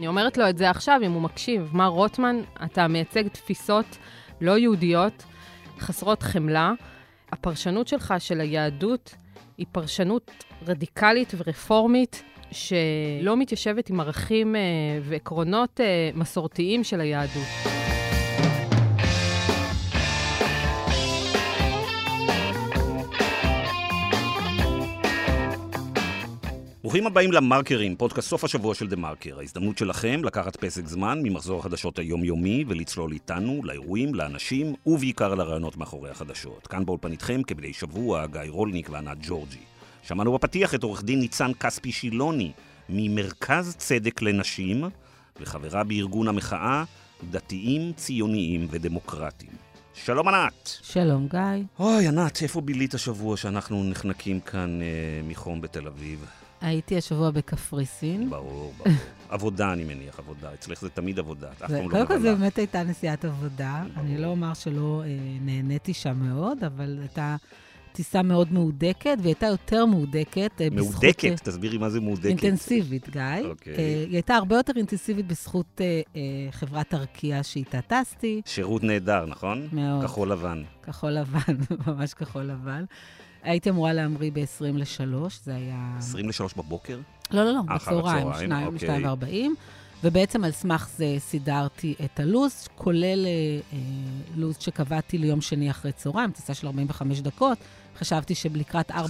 אני אומרת לו את זה עכשיו, אם הוא מקשיב. מר רוטמן, אתה מייצג תפיסות לא יהודיות, חסרות חמלה. הפרשנות שלך של היהדות היא פרשנות רדיקלית ורפורמית, שלא מתיישבת עם ערכים ועקרונות מסורתיים של היהדות. ברוכים הבאים למרקרים, פודקאסט סוף השבוע של דה מרקר. ההזדמנות שלכם לקחת פסק זמן ממחזור החדשות היומיומי ולצלול איתנו לאירועים, לאנשים ובעיקר לרעיונות מאחורי החדשות. כאן באולפן איתכם כבדי שבוע, גיא רולניק וענת ג'ורג'י. שמענו בפתיח את עורך דין ניצן כספי שילוני ממרכז צדק לנשים וחברה בארגון המחאה דתיים, ציוניים ודמוקרטיים. שלום ענת. שלום גיא. אוי ענת, איפה בילית השבוע שאנחנו נחנקים כאן מחום בתל אביב? הייתי השבוע בקפריסין. ברור. עבודה אני מניח, עבודה. אצלך זה תמיד עבודה. קודם כל זה באמת הייתה נסיעת עבודה. אני לא אומר שלא נהניתי שם מאוד, אבל הייתה טיסה מאוד מהודקת, והיא הייתה יותר מהודקת. מהודקת? תסבירי מה זה מהודקת. אינטנסיבית, גיא. היא הייתה הרבה יותר אינטנסיבית בזכות חברת ארקיע שאיתה טסתי. שירות נהדר, נכון? מאוד. כחול לבן. כחול לבן, ממש כחול לבן. הייתי אמורה להמריא ב-2:40, זה היה... 2:40 בבוקר? לא, בצהריים, 2:40, ובעצם על סמך זה סידרתי את הלו"ז, כולל לו"ז שקבעתי ליום שני אחרי צהריים, טיסה של 45 דקות, חשבתי שלקראת 4-5...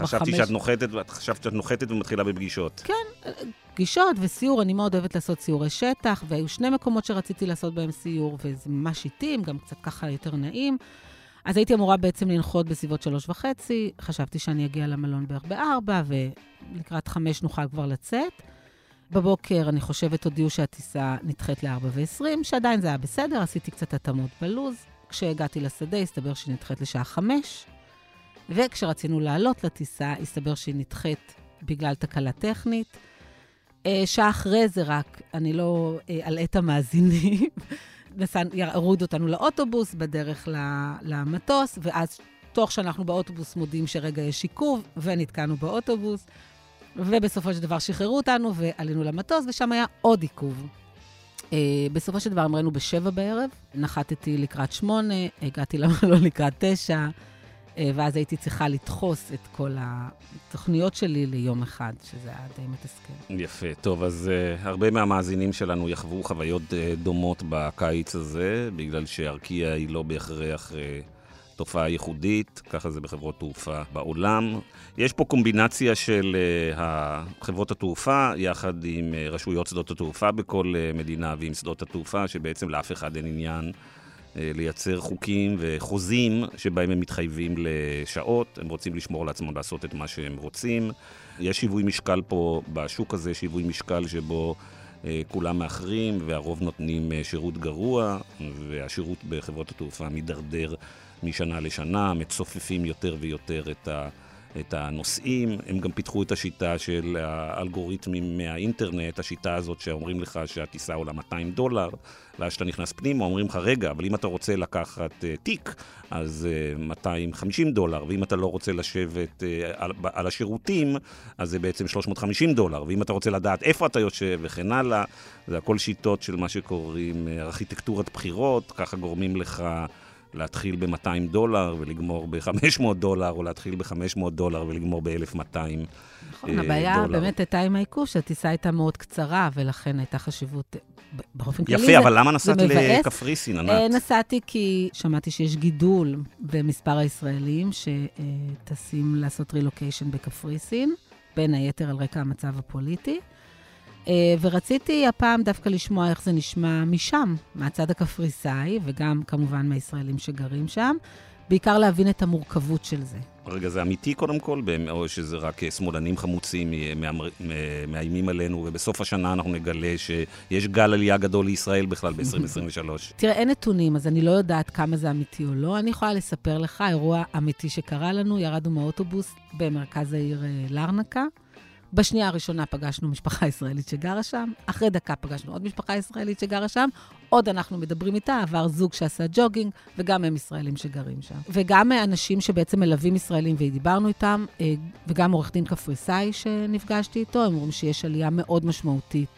חשבת שאת נוחתת ומתחילה בפגישות. כן, פגישות וסיור, אני מאוד אוהבת לעשות סיורי שטח, והיו 2 מקומות שרציתי לעשות בהם סיור, וזה ממש איטים, גם קצת ככה יותר נעים. אז הייתי אמורה בעצם לנחות בסביבות 3:30, חשבתי שאני אגיע למלון בערך ב-4, ולקראת 5 נוכל כבר לצאת. בבוקר אני חושבת הודיעו שהטיסה נדחית ל-4:20, שעדיין זה היה בסדר, עשיתי קצת התאמות בלוז. כשהגעתי לשדה, הסתבר שהיא נדחית לשעה 5, וכשרצינו לעלות לטיסה, הסתבר שהיא נדחית בגלל תקלה טכנית. שעה אחרי זה רק, אני לא אלאה את המאזינים, ירוד אותנו לאוטובוס בדרך למטוס, ואז תוך שאנחנו באוטובוס מודיעים שרגע יש עיכוב, ונתקענו באוטובוס, ובסופו של דבר שחררו אותנו, ועלינו למטוס, ושם היה עוד עיכוב. בסופו של דבר אמרנו ב-7 בערב, נחתתי לקראת 8, הגעתי למלון לקראת 9, ואז הייתי צריכה לדחוס את כל התוכניות שלי ליום אחד, שזה היה די מתסכל. יפה, טוב, אז הרבה מהמאזינים שלנו יחוו חוויות דומות בקיץ הזה, בגלל שארקיע היא לא בהכרח תופעה ייחודית, ככה זה בחברות תעופה בעולם. יש פה קומבינציה של חברות התעופה, יחד עם רשויות שדות התעופה בכל מדינה, ועם שדות התעופה, שבעצם לאף אחד אין עניין לייצר חוקים וחוזים שבהם הם מתחייבים לשעות, הם רוצים לשמור לעצמם לעשות את מה שהם רוצים. יש שיווי משקל פה בשוק הזה, שיווי משקל שבו כולם מאחרים והרוב נותנים שירות גרוע, והשירות בחברות התעופה מדרדר משנה לשנה, מצופפים יותר ויותר את הנושאים. הם גם פיתחו את השיטה של האלגוריתמים מהאינטרנט, השיטה הזאת שאומרים לך שהטיסה עולה $200, ואז שאתה נכנס פנימה, אומרים לך, רגע, אבל אם אתה רוצה לקחת תיק, אז $250, ואם אתה לא רוצה לשבת על השירותים, אז זה בעצם $350, ואם אתה רוצה לדעת איפה אתה יושב וכן הלאה, זה הכל שיטות של מה שקוראים ארכיטקטורת בחירות, ככה גורמים לך להתחיל ב$200 ולגמור ב$500, או להתחיל ב$500 ולגמור ב$1,200. נכון, הבעיה באמת הייתה עם העיכוב, שהטיסה הייתה מאוד קצרה, ולכן הייתה חשיבות באופן כללי. יפה, אבל למה נסעת לקפריסין, ענת? נסעתי כי שמעתי שיש גידול במספר הישראלים שטסים לעשות רילוקיישן בקפריסין, בין היתר על רקע המצב הפוליטי. ורציתי הפעם דווקא לשמוע איך זה נשמע משם, מהצד הקפריסאי, וגם כמובן מהישראלים שגרים שם, בעיקר להבין את המורכבות של זה. רגע, זה אמיתי קודם כל, או שזה רק שמאלנים חמוצים מאיימים עלינו, ובסוף השנה אנחנו נגלה שיש גל עלייה גדול לישראל בכלל ב-2023. תראה, אין נתונים, אז אני לא יודעת כמה זה אמיתי או לא. אני יכולה לספר לך, אירוע אמיתי שקרה לנו, ירדנו מהאוטובוס במרכז העיר לרנקה, בשנייה הראשונה פגשנו משפחה ישראלית שגרה שם, אחרי דקה פגשנו עוד משפחה ישראלית שגרה שם, עוד אנחנו מדברים איתה, עבר זוג שעשה ג'וגינג, וגם הם ישראלים שגרים שם. וגם אנשים שבעצם מלווים ישראלים ודיברנו איתם, וגם עורך דין קפריסאי שנפגשתי איתו, הם אומרים שיש עלייה מאוד משמעותית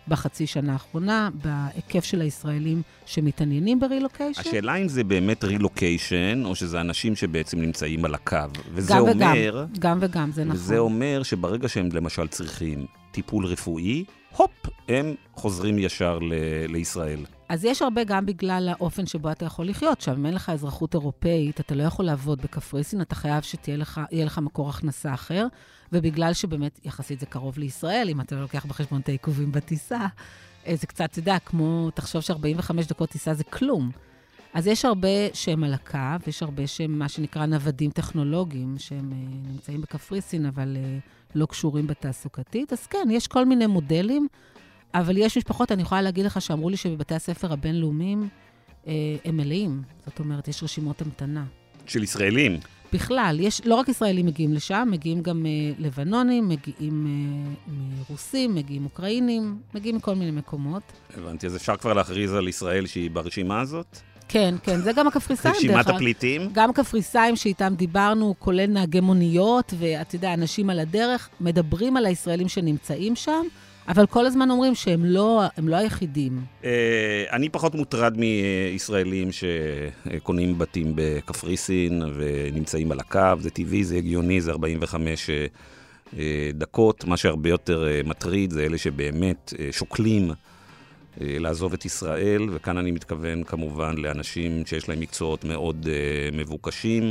בחצי שנה האחרונה, בהיקף של הישראלים שמתעניינים ברילוקיישן. השאלה אם זה באמת רילוקיישן, או שזה אנשים שבעצם נמצאים על הקו. וזה גם אומר, גם וגם, זה נכון. וזה אומר שברגע שהם למשל צריכים טיפול רפואי, הופ, הם חוזרים ישר לישראל. אז יש הרבה גם בגלל האופן שבו אתה יכול לחיות. עכשיו, אם אין לך אזרחות אירופאית, אתה לא יכול לעבוד בקפריסין, אתה חייב שיהיה לך מקור הכנסה אחר, ובגלל שבאמת יחסית זה קרוב לישראל, אם אתה לוקח בחשבון את העיכובים בטיסה, זה קצת, אתה יודע, כמו, תחשוב ש45 דקות טיסה זה כלום. אז יש הרבה שהם על הקו, יש הרבה שהם מה שנקרא נוודים טכנולוגיים, שהם נמצאים בקפריסין, אבל לא קשורים בתעסוקתית. אז כן, יש כל מיני מודלים, אבל יש משפחות, אני יכולה להגיד לך, שאמרו לי שבבתי הספר הבינלאומיים הם מלאים. זאת אומרת, יש רשימות המתנה. של ישראלים? בכלל, לא רק ישראלים מגיעים לשם, מגיעים גם לבנונים, מגיעים מרוסים, מגיעים אוקראינים, מגיעים מכל מיני מקומות. הבנתי, אז אפשר כבר להכריז על ישראל שהיא ברשימה הזאת? כן, כן, זה גם הקפריסאים. רשימת הפליטים? גם הקפריסאים שאיתם דיברנו, כולל נהגי מוניות, ואתה יודע, אנשים על הדרך, מדברים על הישראלים שנמצאים שם, אבל כל הזמן אומרים שהם לא היחידים. אני פחות מוטרד מישראלים שקונים בתים בקפריסין ונמצאים על הקו, זה טבעי, זה הגיוני, זה 45 דקות. מה שהרבה יותר מטריד זה אלה שבאמת שוקלים לעזוב את ישראל, וכאן אני מתכוון כמובן לאנשים שיש להם מקצועות מאוד מבוקשים.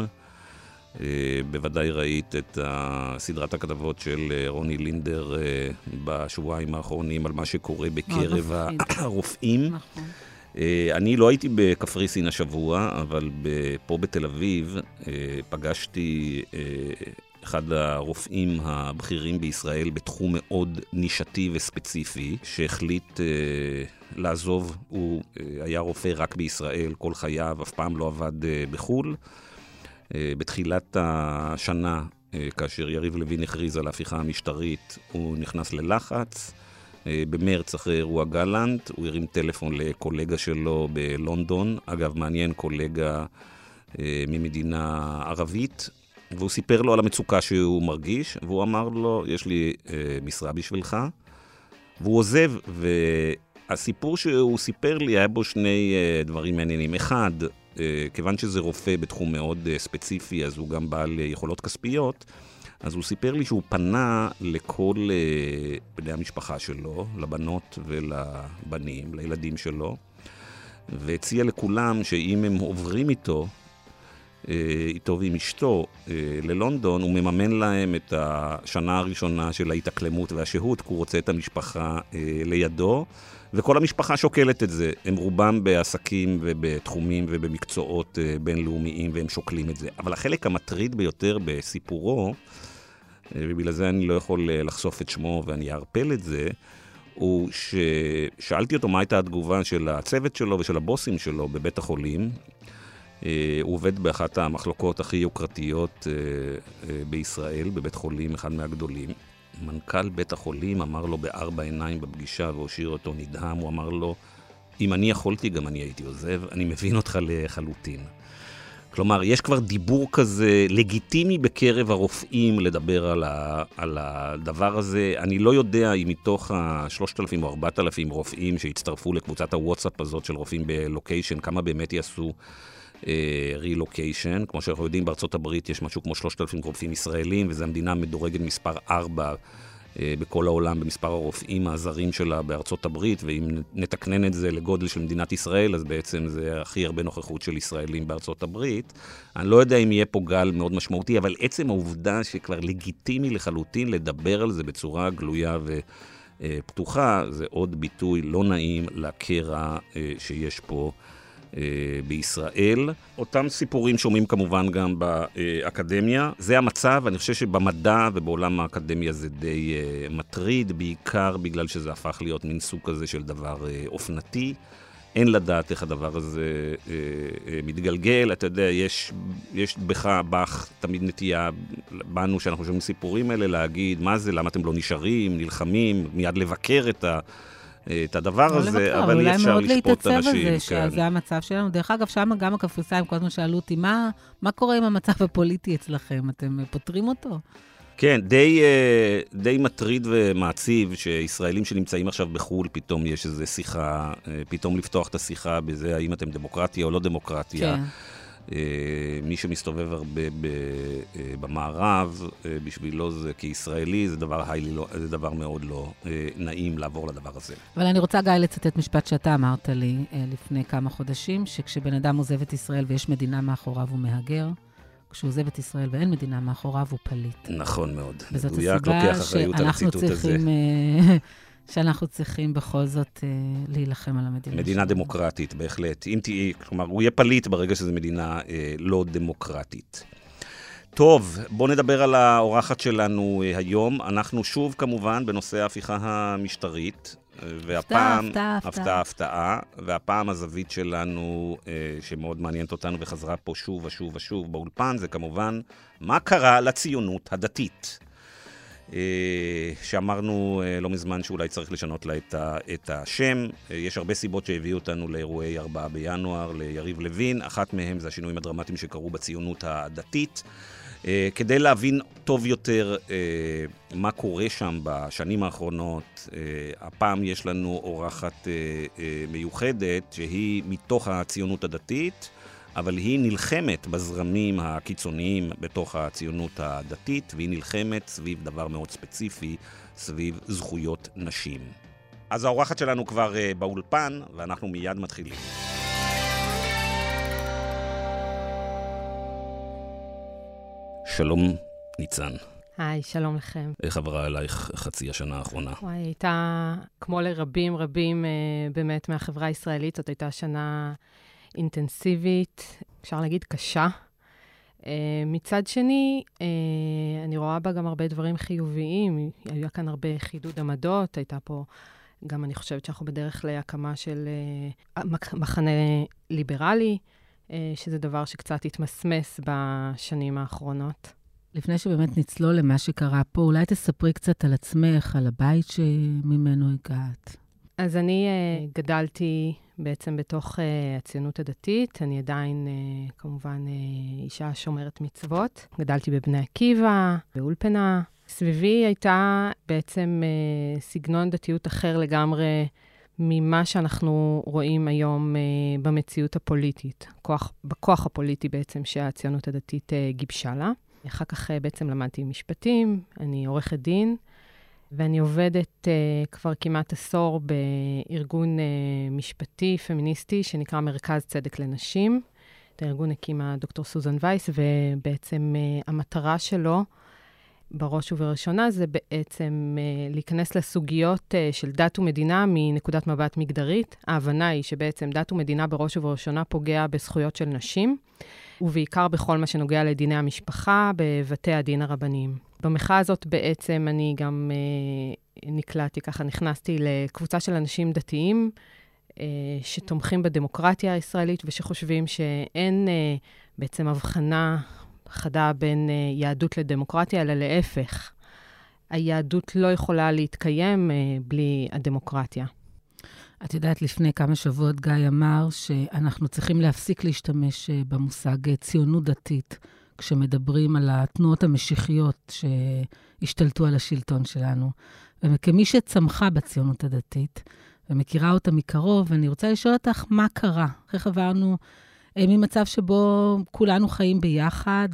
בוודאי ראית את סדרת הכתבות של רוני לינדר בשבועיים האחרונים על מה שקורה בקרב הרופאים. אני לא הייתי בקפריסין השבוע, אבל פה בתל אביב פגשתי אחד הרופאים הבכירים בישראל בתחום מאוד נישתי וספציפי, שהחליט לעזוב. הוא היה רופא רק בישראל כל חייו, אף פעם לא עבד בחול. בתחילת השנה, כאשר יריב לוין הכריז על ההפיכה המשטרית, הוא נכנס ללחץ. במרץ, אחרי אירוע גלנט, הוא הרים טלפון לקולגה שלו בלונדון. אגב, מעניין, קולגה ממדינה ערבית, והוא סיפר לו על המצוקה שהוא מרגיש, והוא אמר לו, יש לי משרה בשבילך. והוא עוזב, והסיפור שהוא סיפר לי היה בו שני דברים מעניינים. אחד, כיוון שזה רופא בתחום מאוד ספציפי, אז הוא גם בעל יכולות כספיות, אז הוא סיפר לי שהוא פנה לכל בני המשפחה שלו, לבנות ולבנים, לילדים שלו, והציע לכולם שאם הם עוברים איתו ועם אשתו ללונדון, הוא מממן להם את השנה הראשונה של ההתאקלמות והשהות, כי הוא רוצה את המשפחה לידו, וכל המשפחה שוקלת את זה. הם רובם בעסקים ובתחומים ובמקצועות בינלאומיים, והם שוקלים את זה. אבל החלק המטריד ביותר בסיפורו, ובגלל זה אני לא יכול לחשוף את שמו ואני אערפל את זה, הוא ששאלתי אותו מה הייתה התגובה של הצוות שלו ושל הבוסים שלו בבית החולים. הוא עובד באחת המחלקות הכי יוקרתיות בישראל, בבית חולים, אחד מהגדולים. מנכ"ל בית החולים אמר לו בארבע עיניים בפגישה והושאיר אותו נדהם. הוא אמר לו, אם אני יכולתי גם אני הייתי עוזב, אני מבין אותך לחלוטין. כלומר, יש כבר דיבור כזה לגיטימי בקרב הרופאים לדבר על הדבר הזה. אני לא יודע אם מתוך 3,000 או 4,000 רופאים שהצטרפו לקבוצת הוואטסאפ הזאת של רופאים בלוקיישן, כמה באמת יעשו רילוקיישן. כמו שאנחנו יודעים, בארצות הברית יש משהו כמו 3,000 רופאים ישראלים, וזו המדינה מדורגת מספר 4 בכל העולם במספר הרופאים הזרים שלה בארצות הברית, ואם נתקנן את זה לגודל של מדינת ישראל, אז בעצם זה הכי הרבה נוכחות של ישראלים בארצות הברית. אני לא יודע אם יהיה פה גל מאוד משמעותי, אבל עצם העובדה שכבר לגיטימי לחלוטין לדבר על זה בצורה גלויה ופתוחה, זה עוד ביטוי לא נעים לקרע שיש פה בישראל. אותם סיפורים שומעים כמובן גם באקדמיה. זה המצב, אני חושב שבמדע ובעולם האקדמיה זה די מטריד, בעיקר בגלל שזה הפך להיות מין סוג כזה של דבר אופנתי. אין לדעת איך הדבר הזה מתגלגל. אתה יודע, יש בך תמיד נטייה, בנו שאנחנו שומעים סיפורים האלה, להגיד מה זה, למה אתם לא נשארים, נלחמים, מיד לבקר את הדבר הזה, אבל אי אפשר לשפוט אנשים. שזה המצב שלנו. דרך אגב, שם גם הקפריסאים כל הזמן שאלו אותי, מה קורה עם המצב הפוליטי אצלכם? אתם פותרים אותו? כן, די מטריד ומעציב שישראלים שנמצאים עכשיו בחול, פתאום יש איזו שיחה, פתאום לפתוח את השיחה בזה, האם אתם דמוקרטיה או לא דמוקרטיה. כן. מי שמסתובב הרבה במערב, בשבילו זה כישראלי, זה דבר מאוד לא נעים לעבור לדבר הזה. אבל אני רוצה, גיא, לצטט משפט שאתה אמרת לי לפני כמה חודשים, שכשבן אדם עוזב את ישראל ויש מדינה מאחוריו הוא מהגר, כשהוא עוזב את ישראל ואין מדינה מאחוריו הוא פליט. נכון מאוד. וזאת הסיבה שאנחנו צריכים בכל זאת להילחם על המדינה. מדינה דמוקרטית, בהחלט. אם תהיה, כלומר, הוא יהיה פליט ברגע שזו מדינה לא דמוקרטית. טוב, בואו נדבר על האורחת שלנו היום. אנחנו שוב, כמובן, בנושא ההפיכה המשטרית. והפעם, הפתעה, והפעם הזווית שלנו, שמאוד מעניינת אותנו וחזרה פה שוב ושוב ושוב באולפן, זה כמובן, מה קרה לציונות הדתית? שאמרנו לא מזמן שאולי צריך לשנות לה את השם. יש הרבה סיבות שהביאו אותנו לאירועי 4 בינואר, ליריב לוין. אחת מהם זה השינויים הדרמטיים שקרו בציונות הדתית. כדי להבין טוב יותר מה קורה שם בשנים האחרונות, הפעם יש לנו אורחת מיוחדת שהיא מתוך הציונות הדתית, אבל היא נלחמת בזרמים הקיצוניים בתוך הציונות הדתית, והיא נלחמת סביב דבר מאוד ספציפי, סביב זכויות נשים. אז האורחת שלנו כבר באולפן, ואנחנו מיד מתחילים. שלום ניצן. היי, שלום לכם. איך עברה עלייך חצי השנה האחרונה? וואי, הייתה כמו לרבים באמת מהחברה הישראלית, זאת הייתה שנה אינטנסיבית, אפשר להגיד קשה. מצד שני, אני רואה בה גם הרבה דברים חיוביים, היה כאן הרבה חידוד עמדות, הייתה פה גם אני חושבת שאנחנו בדרך להקמה של מחנה ליברלי, שזה דבר שקצת התמסמס בשנים האחרונות. לפני שבאמת נצלול למה שקרה פה, אולי תספרי קצת על עצמך, על הבית שממנו הגעת. אז אני גדלתי בעצם בתוך הציונות הדתית. אני עדיין, כמובן, אישה שומרת מצוות. גדלתי בבני עקיבא, באולפנה. סביבי הייתה בעצם סגנון דתיות אחר לגמרי ממה שאנחנו רואים היום במציאות הפוליטית. בכוח הפוליטי בעצם שהציונות הדתית גיבשה לה. אחר כך בעצם למדתי משפטים, אני עורכת דין, ואני עובדת כבר כמעט עשור בארגון משפטי פמיניסטי שנקרא מרכז צדק לנשים. את הארגון הקימה דוקטור סוזן וייס, ובעצם המטרה שלו בראש ובראשונה זה בעצם להיכנס לסוגיות של דת ומדינה מנקודת מבט מגדרית. ההבנה היא שבעצם דת ומדינה בראש ובראשונה פוגע בזכויות של נשים, ובעיקר בכל מה שנוגע לדיני המשפחה בבתי הדין הרבניים. במחאה הזאת בעצם אני גם נקלעתי, ככה נכנסתי לקבוצה של אנשים דתיים שתומכים בדמוקרטיה הישראלית ושחושבים שאין בעצם הבחנה חדה בין יהדות לדמוקרטיה, אלא להפך. היהדות לא יכולה להתקיים בלי הדמוקרטיה. את יודעת, לפני כמה שבועות גיא אמר שאנחנו צריכים להפסיק להשתמש במושג ציונות דתית, כשמדברים על התנועות המשיחיות שהשתלטו על השלטון שלנו. וכמי שצמחה בציונות הדתית, ומכירה אותה מקרוב, אני רוצה לשאול אותך מה קרה. איך עברנו ממצב שבו כולנו חיים ביחד,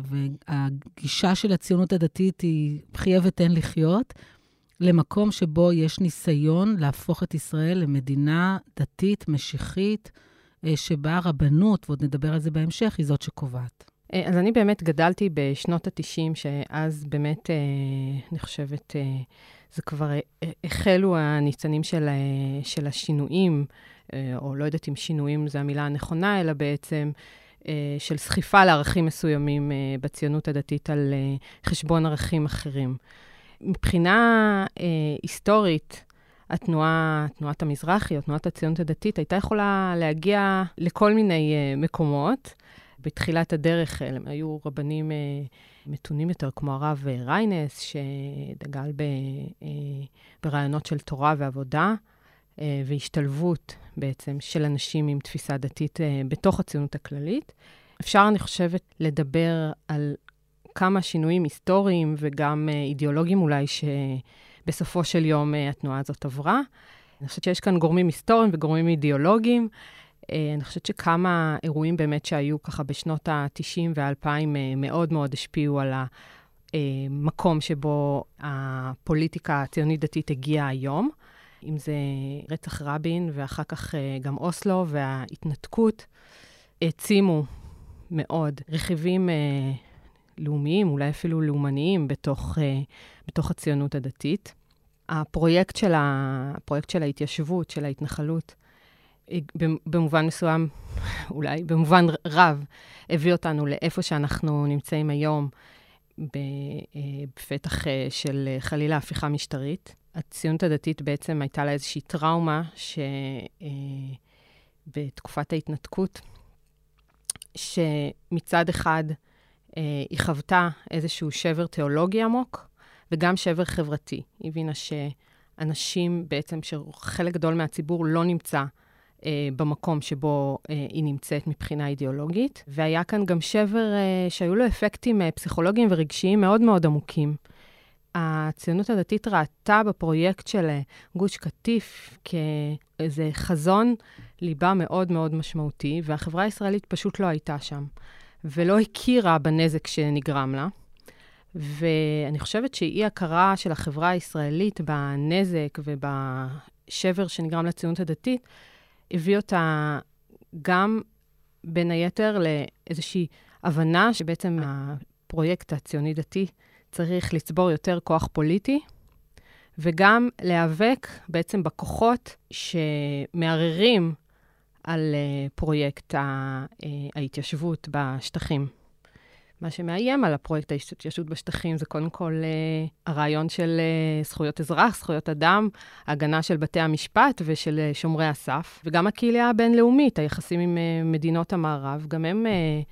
והגישה של הציונות הדתית היא חיה ותן לחיות, למקום שבו יש ניסיון להפוך את ישראל למדינה דתית, משיחית, שבה הרבנות, ועוד נדבר על זה בהמשך, היא זאת שקובעת. אז אני באמת גדלתי בשנות ה-90, שאז באמת, אני חושבת, זה כבר החלו הניצנים של השינויים, או לא יודעת אם שינויים זה המילה הנכונה, אלא בעצם של סחיפה לערכים מסוימים בציונות הדתית על חשבון ערכים אחרים. מבחינה היסטורית, תנועת המזרחי, או תנועת הציונות הדתית, הייתה יכולה להגיע לכל מיני מקומות. בתחילת הדרך הם היו רבנים מתונים יותר, כמו הרב ריינס, שדגל ברעיונות של תורה ועבודה, והשתלבות בעצם של אנשים עם תפיסה דתית בתוך הציונות הכללית. אפשר, אני חושבת, לדבר על כמה שינויים היסטוריים וגם אידיאולוגיים אולי שבסופו של יום התנועה הזאת עברה. אני חושבת שיש כאן גורמים היסטוריים וגורמים אידיאולוגיים. אני חושבת שכמה אירועים באמת שהיו ככה בשנות ה-90 וה-2000 מאוד מאוד השפיעו על המקום שבו הפוליטיקה הציונית דתית הגיעה היום. אם זה רצח רבין ואחר כך גם אוסלו וההתנתקות, העצימו מאוד רכיבים לאומיים, אולי אפילו לאומניים בתוך הציונות הדתית. הפרויקט של ההתיישבות, של ההתנחלות, במובן מסוים, אולי במובן רב, הביא אותנו לאיפה שאנחנו נמצאים היום, בפתח של חלילה הפיכה משטרית. הציונות הדתית בעצם הייתה לה איזושהי טראומה שבתקופת ההתנתקות, שמצד אחד היא חוותה איזשהו שבר תיאולוגי עמוק, וגם שבר חברתי. היא הבינה שאנשים בעצם, שחלק גדול מהציבור לא נמצא במקום שבו היא נמצאת מבחינה אידיאולוגית, והיה כאן גם שבר שהיו לו אפקטים פסיכולוגיים ורגשיים מאוד מאוד עמוקים. הציונות הדתית ראתה בפרויקט של גוש קטיף כאיזה חזון ליבה מאוד מאוד משמעותי, והחברה הישראלית פשוט לא הייתה שם, ולא הכירה בנזק שנגרם לה. ואני חושבת שהיא הכרה של החברה הישראלית בנזק ובשבר שנגרם לציונות הדתית, הביא אותה גם בין היתר לאיזושהי הבנה שבעצם הפרויקט הציוני דתי צריך לצבור יותר כוח פוליטי, וגם להיאבק בעצם בכוחות שמערערים על פרויקט ההתיישבות בשטחים. מה שמאיים על הפרויקט ההתיישבות בשטחים זה קודם כל הרעיון של זכויות אזרח, זכויות אדם, ההגנה של בתי המשפט ושל שומרי הסף, וגם הקהילה הבינלאומית, היחסים עם מדינות המערב, גם הם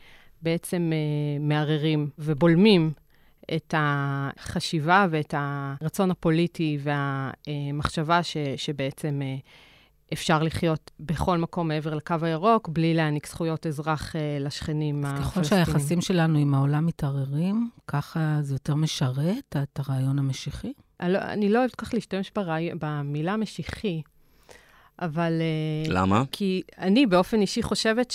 בעצם מערערים ובולמים את החשיבה ואת הרצון הפוליטי והמחשבה שבעצם אפשר לחיות בכל מקום מעבר לקו הירוק, בלי להעניק זכויות אזרח לשכנים הפלסטינים. ככל שהיחסים שלנו עם העולם מתערערים, ככה זה יותר משרת את הרעיון המשיחי? אני לא אוהבת כך להשתמש במילה משיחי, אבל... למה? כי אני באופן אישי חושבת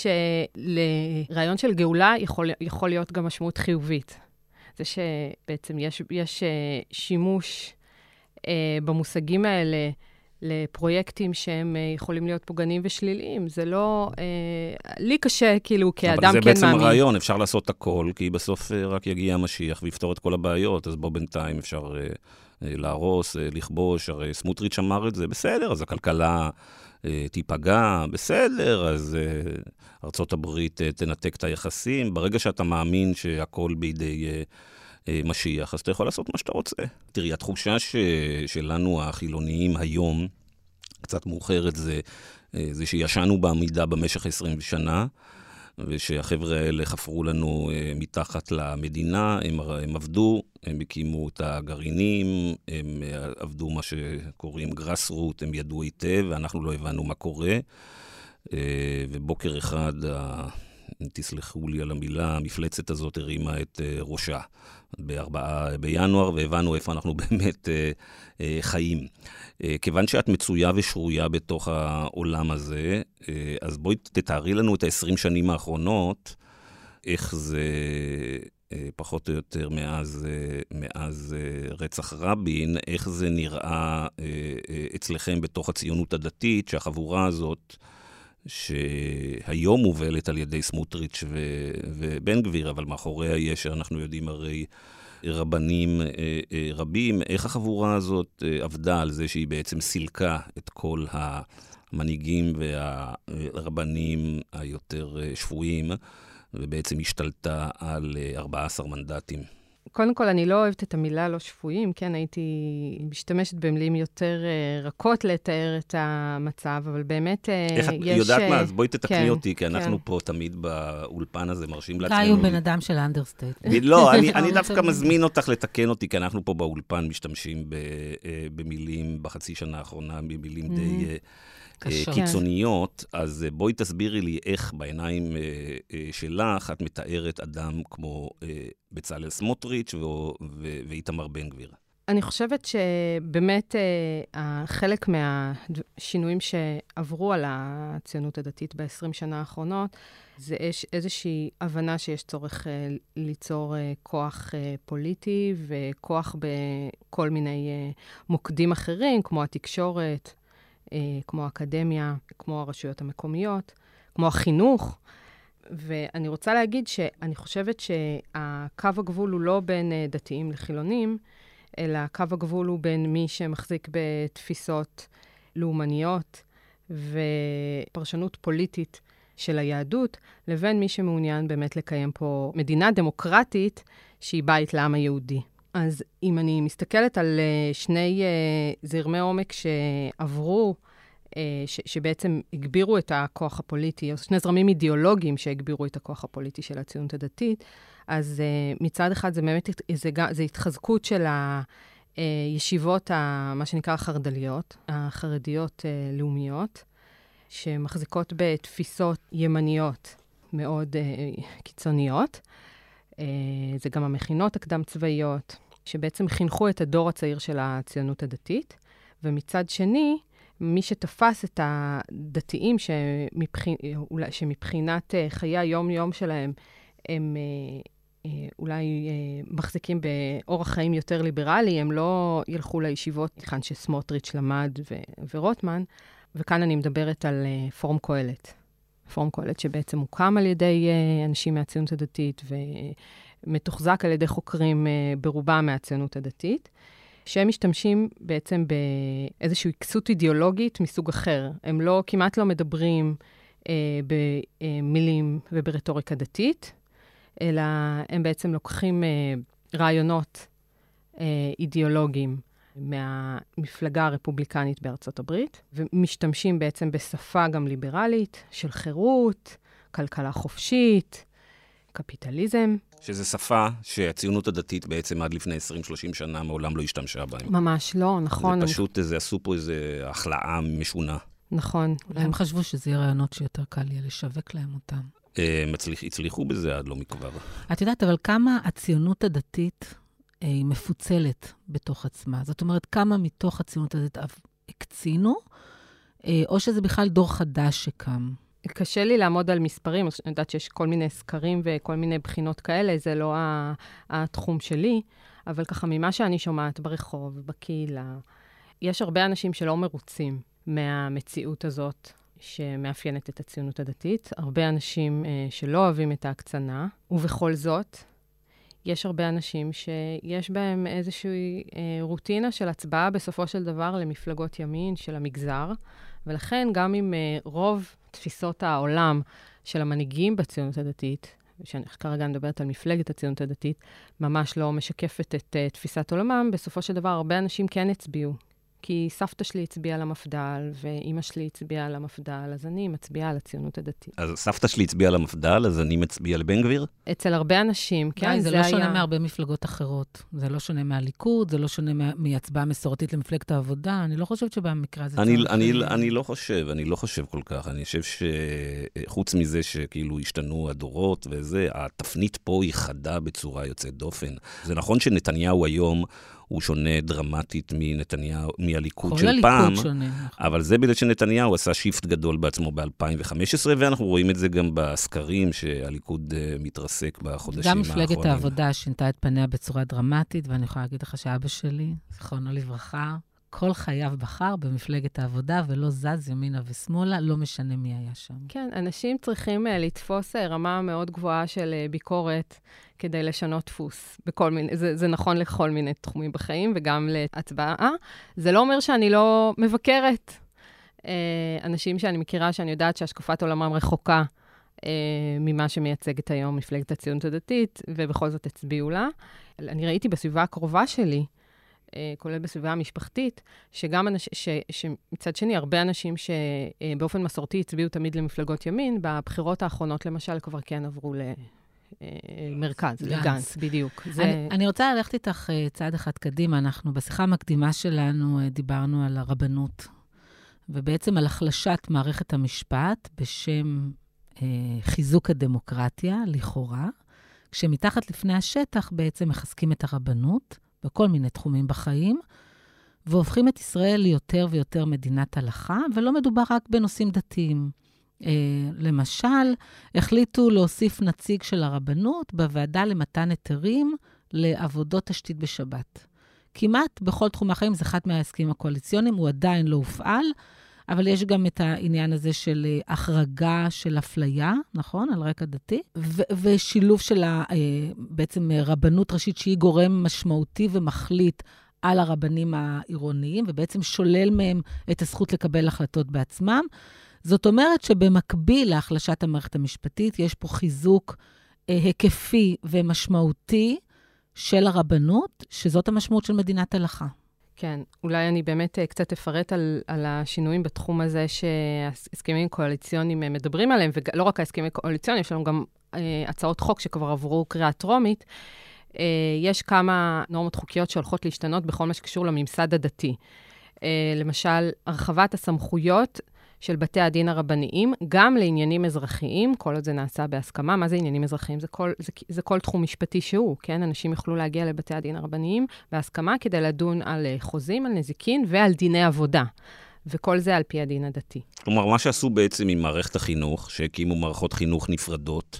שלרעיון של גאולה יכול להיות גם משמעות חיובית. זה שבעצם יש שימוש במושגים האלה, לפרויקטים שהם יכולים להיות פוגעניים ושליליים. זה לא... לי קשה, כאילו, כאדם כן מאמין. אבל זה בעצם הרעיון, אפשר לעשות הכל, כי בסוף רק יגיע המשיח ויפתור את כל הבעיות, אז בוא בינתיים אפשר להרוס, לכבוש, הרי סמוטריץ' אמר את זה, בסדר, אז הכלכלה תיפגע, בסדר, אז ארצות הברית תנתק את היחסים. ברגע שאתה מאמין שהכל בידי משיח, אז אתה יכול לעשות מה שאתה רוצה. תראי, התחושה שלנו החילוניים היום, קצת מאוחרת, זה שישנו בעמידה במשך 20 שנה, ושהחבר'ה האלה חפרו לנו מתחת למדינה, הם עבדו, הם הקימו את הגרעינים, הם עבדו מה שקוראים גרסרוט, הם ידעו היטב, ואנחנו לא הבנו מה קורה. ובוקר אחד, תסלחו לי על המילה, המפלצת הזאת הרימה את ראשה ב4 בינואר, והבנו איפה אנחנו באמת חיים. כיוון שאת מצויה ושרויה בתוך העולם הזה, אז בואי תתארי לנו את ה-20 שנים האחרונות, איך זה פחות או יותר מאז רצח רבין, איך זה נראה אצלכם בתוך הציונות הדתית, שהחבורה הזאת, שהיום מובלת על ידי סמוטריץ' ובן גביר, אבל מאחוריה יש, אנחנו יודעים הרי רבנים רבים, איך החבורה הזאת עבדה על זה שהיא בעצם סילקה את כל המנהיגים והרבנים היותר שפויים, ובעצם השתלטה על 14 מנדטים. קודם כל, אני לא אוהבת את המילה לא שפויים, כן, הייתי משתמשת במילים יותר רכות לתאר את המצב, אבל באמת איך יש... את יודעת מה? אז בואי תתקני אותי, כי אנחנו פה תמיד באולפן הזה מרשים לעצמנו... אולי הוא בן אדם של אנדרסטייט. לא, אני דווקא מזמין אותך לתקן אותי, כי אנחנו פה באולפן משתמשים במילים בחצי שנה האחרונה, במילים קיצוניות, אז בואי תסבירי לי איך בעיניים שלך את מתארת אדם כמו בצלאל סמוטריץ' ואיתמר בן גביר. אני חושבת שבאמת חלק מהשינויים שעברו על הציונות הדתית ב-20 שנה האחרונות, זה איזושהי הבנה שיש צורך ליצור כוח פוליטי וכוח בכל מיני מוקדים אחרים, כמו התקשורת, כמו האקדמיה, כמו הרשויות המקומיות, כמו החינוך. ואני רוצה להגיד שאני חושבת שהקו הגבול הוא לא בין דתיים לחילונים, אלא קו הגבול הוא בין מי שמחזיק בתפיסות לאומניות ופרשנות פוליטית של היהדות, לבין מי שמעוניין באמת לקיים פה מדינה דמוקרטית שהיא בית לעם היהודי. אז אם אני מסתכלת על שני זרמי עומק שעברו, שבעצם הגבירו את הכוח הפוליטי, או שני זרמים אידיאולוגיים שהגבירו את הכוח הפוליטי של הציונות הדתית, אז מצד אחד זה באמת, זה התחזקות של הישיבות, מה שנקרא החרד"ליות, החרדיות לאומיות, שמחזיקות בתפיסות ימניות מאוד קיצוניות. זה גם המכינות הקדם צבאיות, שבעצם חינכו את הדור הצעיר של הציונות הדתית, ומצד שני, מי שתפס את הדתיים שמבחינת חיי היום-יום שלהם, הם אולי מחזיקים באורח חיים יותר ליברלי, הם לא ילכו לישיבות, כאן שסמוטריץ' למד ורוטמן, וכאן אני מדברת על פורום קהלת. פורום קהלת שבעצם הוקם על ידי אנשים מהציונות הדתית, ומתוחזק על ידי חוקרים ברובם מהציונות הדתית, שהם משתמשים בעצם באיזושהי כסות אידיאולוגית מסוג אחר. הם כמעט לא מדברים במילים וברטוריקה דתית, אלא הם בעצם לוקחים רעיונות אידיאולוגיים מהמפלגה הרפובליקנית בארצות הברית, ומשתמשים בעצם בשפה גם ליברלית של חירות, כלכלה חופשית, קפיטליזם. שזה שפה שהציונות הדתית בעצם עד לפני 20-30 שנה מעולם לא השתמשה בהם. ממש לא, נכון. זה פשוט, עשו פה איזו החלאה משונה. נכון. אולי הם חשבו שזה יהיה רעיונות שיותר קל יהיה לשווק להם אותם. הצליחו בזה עד לא מכבר. את יודעת, אבל כמה הציונות הדתית היא מפוצלת בתוך עצמה? זאת אומרת, כמה מתוך הציונות הדתית הקצינו, או שזה בכלל דור חדש שקם? קשה לי לעמוד על מספרים, אני יודעת שיש כל מיני סקרים וכל מיני בחינות כאלה, זה לא התחום שלי, אבל ככה ממה שאני שומעת ברחוב, בקהילה, יש הרבה אנשים שלא מרוצים מהמציאות הזאת שמאפיינת את הציונות הדתית, הרבה אנשים שלא אוהבים את ההקצנה, ובכל זאת, יש הרבה אנשים שיש בהם איזושהי רוטינה של הצבעה בסופו של דבר למפלגות ימין של המגזר, ולכן גם אם רוב תפיסות העולם של המנהיגים בציונות הדתית, שאני כרגע מדברת על מפלגת הציונות הדתית, ממש לא משקפת את תפיסת עולמם, בסופו של דבר הרבה אנשים כן הצביעו. כי סבתא שלי הצביעה למפד"ל, ואימא שלי הצביעה למפד"ל, אז אני מצביעה על הציונות הדתית. אז סבתא שלי הצביעה למפד"ל, אז אני מצביעה לבן גביר? אצל הרבה אנשים, כן, זה לא שונה מהרבה מפלגות אחרות. זה לא שונה מהליכוד, זה לא שונה מהצבעה מסורתית למפלגת העבודה. אני לא חושבת שבמקרה הזה אני לא חושב כל כך. אני חושב שחוץ מזה שכאילו השתנו הדורות וזה, התפנית פה היא חדה בצורה יוצאת דופן. זה נכון שנתניהו היום הוא שונה דרמטית מהליכוד של פעם, אבל זה בגלל שנתניהו עשה שיפט גדול בעצמו ב-2015, ואנחנו רואים את זה גם בסקרים שהליכוד מתרסק בחודשים האחרונים. גם מפלגת העבודה שינתה את פניה בצורה דרמטית, ואני יכולה להגיד לך שאבא שלי, זכרונו לברכה, כל חייו בחר במפלגת העבודה, ולא זז ימינה ושמאלה, לא משנה מי היה שם. כן, אנשים צריכים לתפוס רמה מאוד גבוהה של ביקורת, כדי לשנות דפוס. זה נכון לכל מיני תחומים בחיים, וגם להצבעה. זה לא אומר שאני לא מבקרת. אנשים שאני מכירה, שאני יודעת שהשקפת עולמם רחוקה ממה שמייצגת היום מפלגת הציונות הדתית, ובכל זאת הצביעו לה. אני ראיתי בסביבה הקרובה שלי, כולל בסביבה המשפחתית, שמצד שני, הרבה אנשים שבאופן מסורתי הצביעו תמיד למפלגות ימין, בבחירות האחרונות למשל כבר כן עברו למרכז, לגנץ, בדיוק. אני רוצה ללכת איתך צעד אחד קדימה. אנחנו בשיחה המקדימה שלנו דיברנו על הרבנות, ובעצם על החלשת מערכת המשפט בשם חיזוק הדמוקרטיה, לכאורה, כשמתחת לפני השטח בעצם מחזקים את הרבנות בכל מיני תחומים בחיים, והופכים את ישראל ליותר ויותר מדינת הלכה, ולא מדובר רק בנושאים דתיים. למשל, החליטו להוסיף נציג של הרבנות בוועדה למתן היתרים לעבודות תשתית בשבת. כמעט בכל תחום החיים, זה אחד מההסכמים הקואליציוניים, הוא עדיין לא הופעל, אבל יש גם את העניין הזה של החרגה של אפליה, נכון? על רקע דתי, ושילוב של בעצם רבנות ראשית שהיא גורם משמעותי ומחליט על הרבנים העירוניים, ובעצם שולל מהם את הזכות לקבל החלטות בעצמם. זאת אומרת שבמקביל להחלשת המערכת המשפטית, יש פה חיזוק היקפי ומשמעותי של הרבנות, שזאת המשמעות של מדינת הלכה. כן, אולי אני באמת קצת אפרט על השינויים בתחום הזה שההסכמים קואליציוניים מדברים עליהם, ולא רק ההסכמים קואליציוניים, יש לנו גם הצעות חוק שכבר עברו קריאה טרומית. יש כמה נורמות חוקיות שהולכות להשתנות בכל מה שקשור לממסד הדתי. למשל, הרחבת הסמכויות של בתי הדין הרבניים, גם לעניינים אזרחיים, כל עוד זה נעשה בהסכמה. מה זה עניינים אזרחיים? זה כל תחום משפטי שהוא, כן? אנשים יוכלו להגיע לבתי הדין הרבניים בהסכמה כדי לדון על חוזים, על נזיקין ועל דיני עבודה. וכל זה על פי הדין הדתי. כלומר, מה שעשו בעצם עם מערכת החינוך, שהקימו מערכות חינוך נפרדות,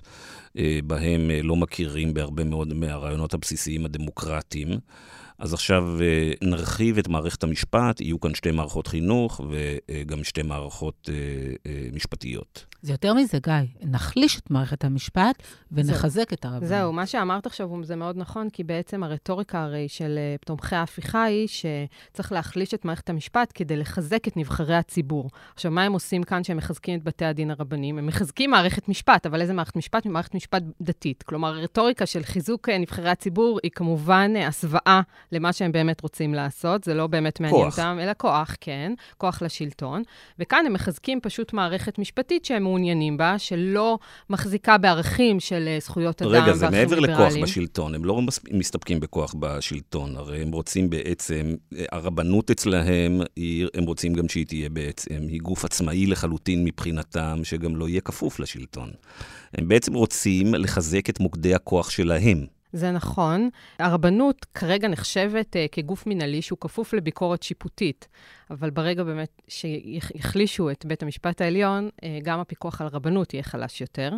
בהם לא מכירים בהרבה מאוד מהרעיונות הבסיסיים הדמוקרטיים, אז עכשיו נרחיב את מערכת המשפט, יהיו כאן 2 מערכות חינוך וגם 2 מערכות משפטיות. זה יותר מזה, גיא. נחליש את מערכת המשפט ונחזק את הרבנות. זהו, מה שאמרת עכשיו זה מאוד נכון, כי בעצם הרטוריקה הרי של תומכי ההפיכה היא שצריך להחליש את מערכת המשפט כדי לחזק את נבחרי הציבור. עכשיו, מה הם עושים כאן שהם מחזקים את בתי הדין הרבניים? הם מחזקים מערכת משפט, אבל איזה מערכת משפט? מערכת משפט דתית. כלומר, הרטוריקה של חיזוק נבחרי הציבור היא כמובן הסוואה למה שהם באמת רוצים לעשות. זה לא באמת מעניין אותם, אלא כוח, כן, כוח לשלטון. וכאן הם מחזקים פשוט מערכת משפטית שהם מעוניינים בה, שלא מחזיקה בערכים של זכויות אדם. רגע, זה מעבר לכוח בשלטון. הם לא מסתפקים בכוח בשלטון. הרי הם רוצים בעצם, הרבנות אצלהם, הם רוצים גם שהיא תהיה בעצם, היא גוף עצמאי לחלוטין מבחינתם, שגם לא יהיה כפוף לשלטון. הם בעצם רוצים לחזק את מוקדי הכוח שלהם. זה נכון. הרבנות כרגע נחשבת כגוף מנהלי שהוא כפוף לביקורת שיפוטית, אבל ברגע באמת שיחלישו את בית המשפט העליון, גם הפיקוח על הרבנות יהיה חלש יותר,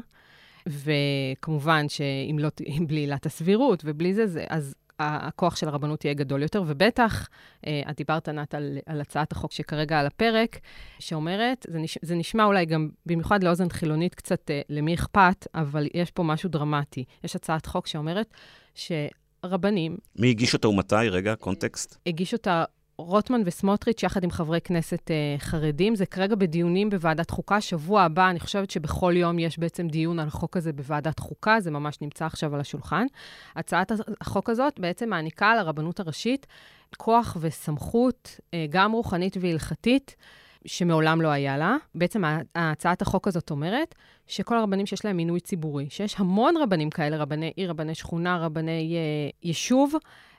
וכמובן שאם לא, בלי עילת הסבירות ובלי זה, אז הכוח של הרבנות יהיה גדול יותר, ובטח, את דיברת ענת על הצעת החוק שכרגע על הפרק, שאומרת, זה נשמע אולי גם במיוחד לאוזן חילונית קצת למי אכפת, אבל יש פה משהו דרמטי. יש הצעת חוק שאומרת שרבנים... מי הגיש אותה ומתי? רגע, קונטקסט. הגיש אותה רוטמן וסמוטריץ' יחד עם חברי כנסת חרדים. זה כרגע בדיונים בוועדת חוקה. שבוע הבא, אני חושבת שבכל יום יש בעצם דיון על החוק הזה בוועדת חוקה. זה ממש נמצא עכשיו על השולחן. הצעת החוק הזאת בעצם מעניקה לרבנות הראשית כוח וסמכות, גם רוחנית והלכתית, שמעולם לא היה לה. בעצם הצעת החוק הזאת אומרת שכל הרבנים שיש להם מינוי ציבורי, שיש המון רבנים כאלה, רבני עיר, רבני שכונה, רבני יישוב,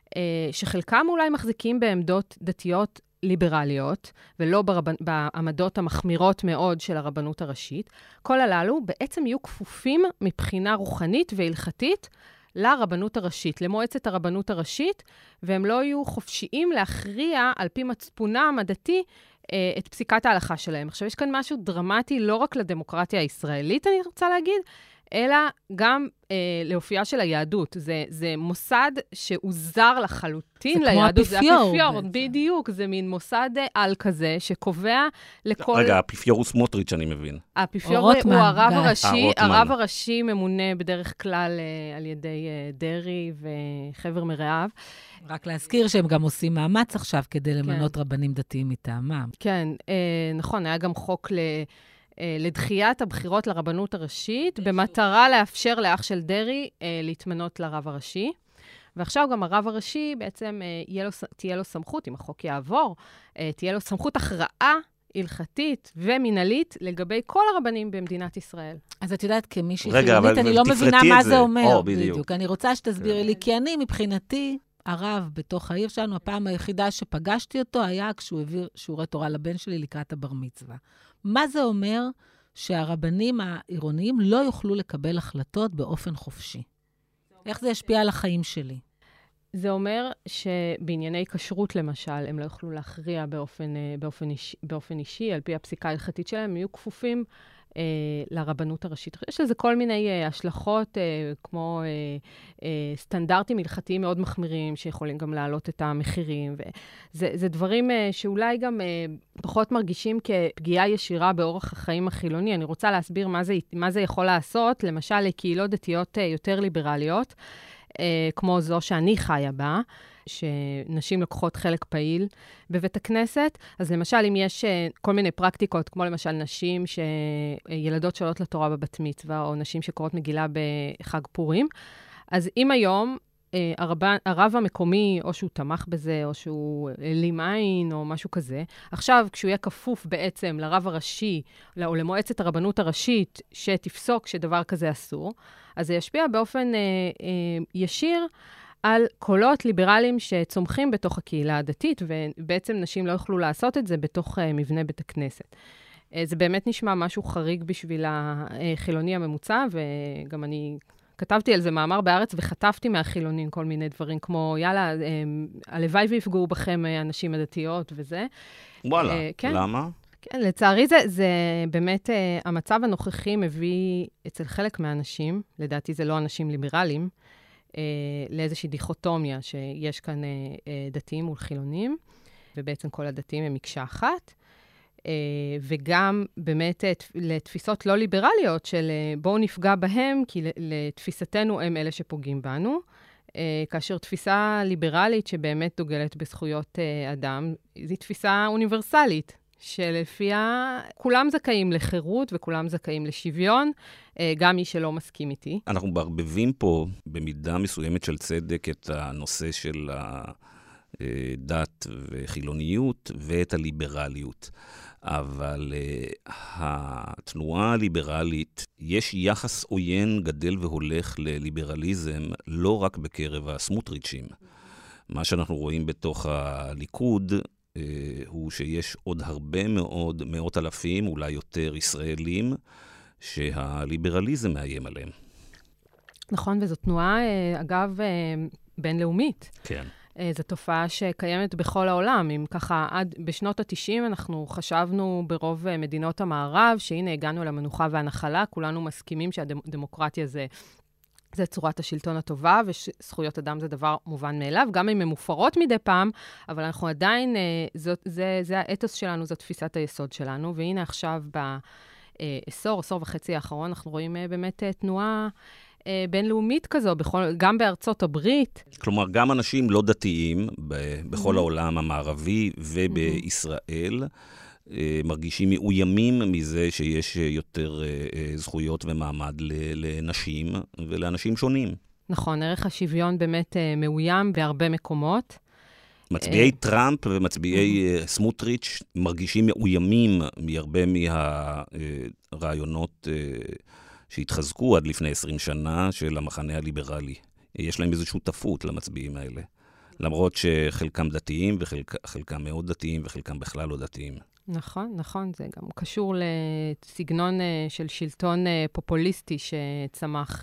שחלקם אולי מחזיקים בעמדות דתיות ליברליות, ולא בעמדות המחמירות מאוד של הרבנות הראשית. כל הללו בעצם יהיו כפופים מבחינה רוחנית והלכתית לרבנות הראשית, למועצת הרבנות הראשית, והם לא יהיו חופשיים להכריע על פי מצפונם הדתי את פסיקת ההלכה שלהם. עכשיו, יש כאן משהו דרמטי לא רק לדמוקרטיה הישראלית, אני רוצה להגיד, אלא גם לאופייה של היהדות. זה מוסד שהוא זר לחלוטין ליהדות. זה כמו האפיפיור. זה האפיפיור, בדיוק. זה מין מוסד על כזה שקובע לכל... רגע, האפיפיור הוא סמוטריץ', אני מבין. האפיפיור הוא הרב הראשי. הרב הראשי ממונה בדרך כלל על ידי דרי וחבר מרעיו. רק להזכיר שהם גם עושים מאמץ עכשיו כדי למנות רבנים דתיים מטעמם. כן, נכון. היה גם חוק לדחיית הבחירות לרבנות הראשית, במטרה לאפשר לאח של דרי להתמנות לרב הראשי. ועכשיו גם הרב הראשי בעצם תהיה לו סמכות, אם החוק יעבור, תהיה לו סמכות הכרעה הלכתית ומנהלית לגבי כל הרבנים במדינת ישראל. אז את יודעת, כמישהי חילונית, אני לא מבינה מה זה אומר. בדיוק. אני רוצה שתסבירי לי, כי אני מבחינתי הרב בתוך העיר שלנו, הפעם היחידה שפגשתי אותו היה כשהוא העביר שיעורי תורה לבן שלי לקראת הבר מצווה. מה זה אומר? שהרבנים העירוניים לא יוכלו לקבל החלטות באופן חופשי. איך זה ישפיע על החיים שלי? זה אומר שבענייני כשרות, למשל, הם לא יוכלו להכריע באופן אישי, על פי הפסיקה ההלכתית שלהם, הם יהיו כפופים לרבנות הראשית. יש לזה כל מיני השלכות, כמו סטנדרטים הלכתיים מאוד מחמירים, שיכולים גם להעלות את המחירים. זה דברים שאולי גם פחות מרגישים כפגיעה ישירה באורח החיים החילוני. אני רוצה להסביר מה זה יכול לעשות, למשל, לקהילות דתיות יותר ליברליות, כמו זו שאני חיה בה, שנשים לוקחות חלק פעיל בבית הכנסת. אז למשל, אם יש כל מיני פרקטיקות, כמו למשל נשים שילדות שעולות לתורה בבת מצווה, או נשים שקוראות מגילה בחג פורים, אז אם היום הרב המקומי, או שהוא תמך בזה, או שהוא העלים עין, או משהו כזה, עכשיו, כשהוא יהיה כפוף בעצם לרב הראשי, או למועצת הרבנות הראשית, שתפסוק שדבר כזה אסור, אז זה ישפיע באופן ישיר על קולות ליברליים שצומחים בתוך הקהילה הדתית, ובעצם נשים לא יוכלו לעשות את זה בתוך מבנה בית הכנסת. זה באמת נשמע משהו חריג בשביל החילוני הממוצע, וגם אני כתבתי על זה מאמר בארץ, וחטפתי מהחילונים כל מיני דברים, כמו, יאללה, הלוואי ויפגעו בכם הנשים הדתיות וזה. וואלה, כן. למה? כן, לצערי זה באמת, המצב הנוכחי מביא אצל חלק מהאנשים, לדעתי זה לא אנשים ליברליים, לאיזושהי דיכוטומיה שיש כאן דתיים מול חילונים, ובעצם כל הדתיים הם מקשה אחת, וגם באמת לתפיסות לא ליברליות של בואו נפגע בהם, כי לתפיסתנו הם אלה שפוגעים בנו, כאשר תפיסה ליברלית שבאמת דוגלת בזכויות אדם, זו תפיסה אוניברסלית, שלפיה כולם זכאים לחירות וכולם זכאים לשוויון, גם מי שלא מסכים איתי. אנחנו מערבבים פה במידה מסוימת של צדק את הנושא של הדת וחילוניות ואת הליברליות. אבל התנועה הליברלית, יש יחס עוין גדל והולך לליברליזם, לא רק בקרב הסמוטריצ'ים. מה שאנחנו רואים בתוך הליכוד, הוא שיש עוד הרבה מאוד, מאות אלפים, אולי יותר ישראלים, שהליברליזם מאיים עליהם. נכון, וזו תנועה, אגב, בינלאומית. כן. זו תופעה שקיימת בכל העולם. אם ככה, עד בשנות ה-90 אנחנו חשבנו ברוב מדינות המערב, שהנה הגענו למנוחה והנחלה, כולנו מסכימים שהדמוקרטיה זה צורת השלטון הטובה, וזכויות אדם זה דבר מובן מאליו, גם אם הן מופרות מדי פעם, אבל אנחנו עדיין, זה האתוס שלנו, זו תפיסת היסוד שלנו, והנה עכשיו בעשור וחצי האחרון, אנחנו רואים באמת תנועה בינלאומית כזו, גם בארצות הברית. כלומר, גם אנשים לא דתיים בכל העולם המערבי ובישראל, מרגישים מאוימים מזה שיש יותר זכויות ומעמד לנשים ולאנשים שונים. נכון, ערך השוויון באמת מאוים בהרבה מקומות. מצביעי טראמפ ומצביעי סמוטריץ' מרגישים מאוימים מהרבה מהרעיונות שהתחזקו עד לפני 20 שנה של המחנה הליברלי. יש להם איזו שותפות למצביעים האלה. למרות שחלקם דתיים וחלקם מאוד דתיים וחלקם בכלל לא דתיים. נכון, נכון. זה גם קשור לסגנון של שלטון פופוליסטי שצמח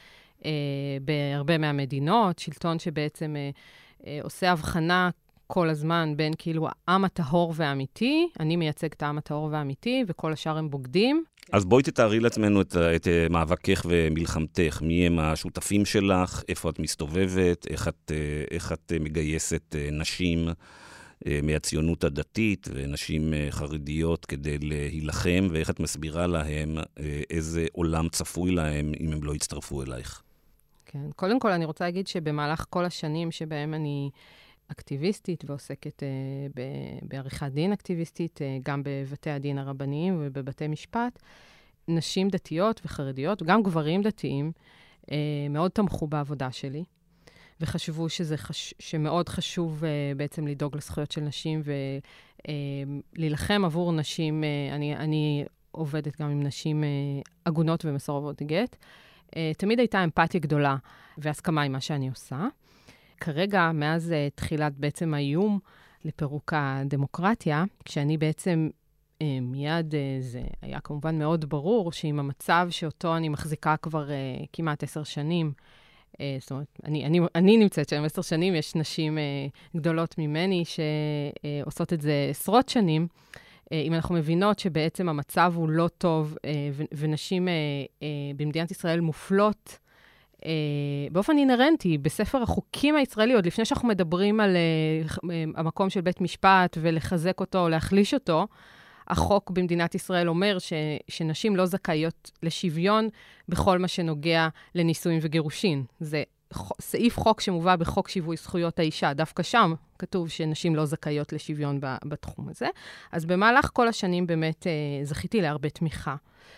בהרבה מהמדינות, שלטון שבעצם עושה הבחנה כל הזמן בין כאילו העם הטהור והאמיתי, אני מייצג את העם הטהור והאמיתי, וכל השאר הם בוגדים. אז בואי תתארי לעצמנו את מאבקך ומלחמתך. מי הם השותפים שלך? איפה את מסתובבת? איך את מגייסת נשים מהציונות הדתית ונשים חרדיות כדי להילחם, ואיך את מסבירה להם איזה עולם צפוי להם אם הם לא יצטרפו אלייך? כן, קודם כל אני רוצה להגיד שבמהלך כל השנים שבהם אני אקטיביסטית ועוסקת בעריכת דין אקטיביסטית, גם בבתי הדין הרבניים ובבתי משפט, נשים דתיות וחרדיות, וגם גברים דתיים, מאוד תמכו בעבודה שלי, וחשבו שמאוד חשוב בעצם לדאוג לזכויות של נשים ולהילחם עבור נשים. אני עובדת גם עם נשים עגונות ומסורבות גט. תמיד הייתה אמפתיה גדולה והסכמה עם מה שאני עושה. כרגע, מאז תחילת בעצם האיום לפירוק הדמוקרטיה, כשאני בעצם מיד, זה היה כמובן מאוד ברור, שעם המצב שאותו אני מחזיקה כבר כמעט 10 שנים, זאת אומרת, אני נמצאת שם 10 שנים, יש נשים גדולות ממני שעושות את זה עשרות שנים, אם אנחנו מבינות שבעצם המצב הוא לא טוב, ונשים במדינת ישראל מופלות, באופן אינרנטי, בספר החוקים הישראלי, עוד לפני שאנחנו מדברים על המקום של בית משפט ולחזק אותו או להחליש אותו, החוק במדינת ישראל אומר שנשים לא זכאיות לשוויון בכל מה שנוגע לנישואים וגירושין. זה סעיף חוק שמובא בחוק שיווי זכויות האישה. דווקא שם כתוב שנשים לא זכאיות לשוויון בתחום הזה. אז במהלך כל השנים באמת זכיתי להרבה תמיכה.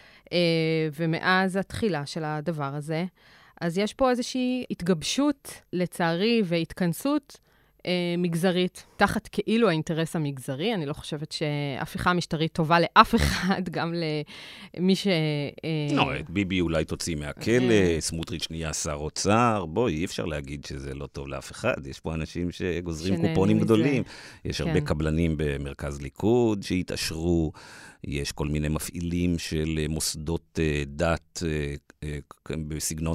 ומאז התחילה של הדבר הזה, אז יש פה איזושהי התגבשות, לצערי, והתכנסות מגזרית, תחת כאילו האינטרס המגזרי. אני לא חושבת שהפיכה משטרית טובה לאף אחד, גם למי ש... לא, את ביבי אולי תוציא מהכלא, סמוטריץ' נהיה שר אוצר, בואי, אי אפשר להגיד שזה לא טוב לאף אחד. יש פה אנשים שגוזרים קופונים גדולים. יש הרבה קבלנים במרכז ליכוד שהתעשרו, יש כל מיני מפעילים של מוסדות דת בסגנון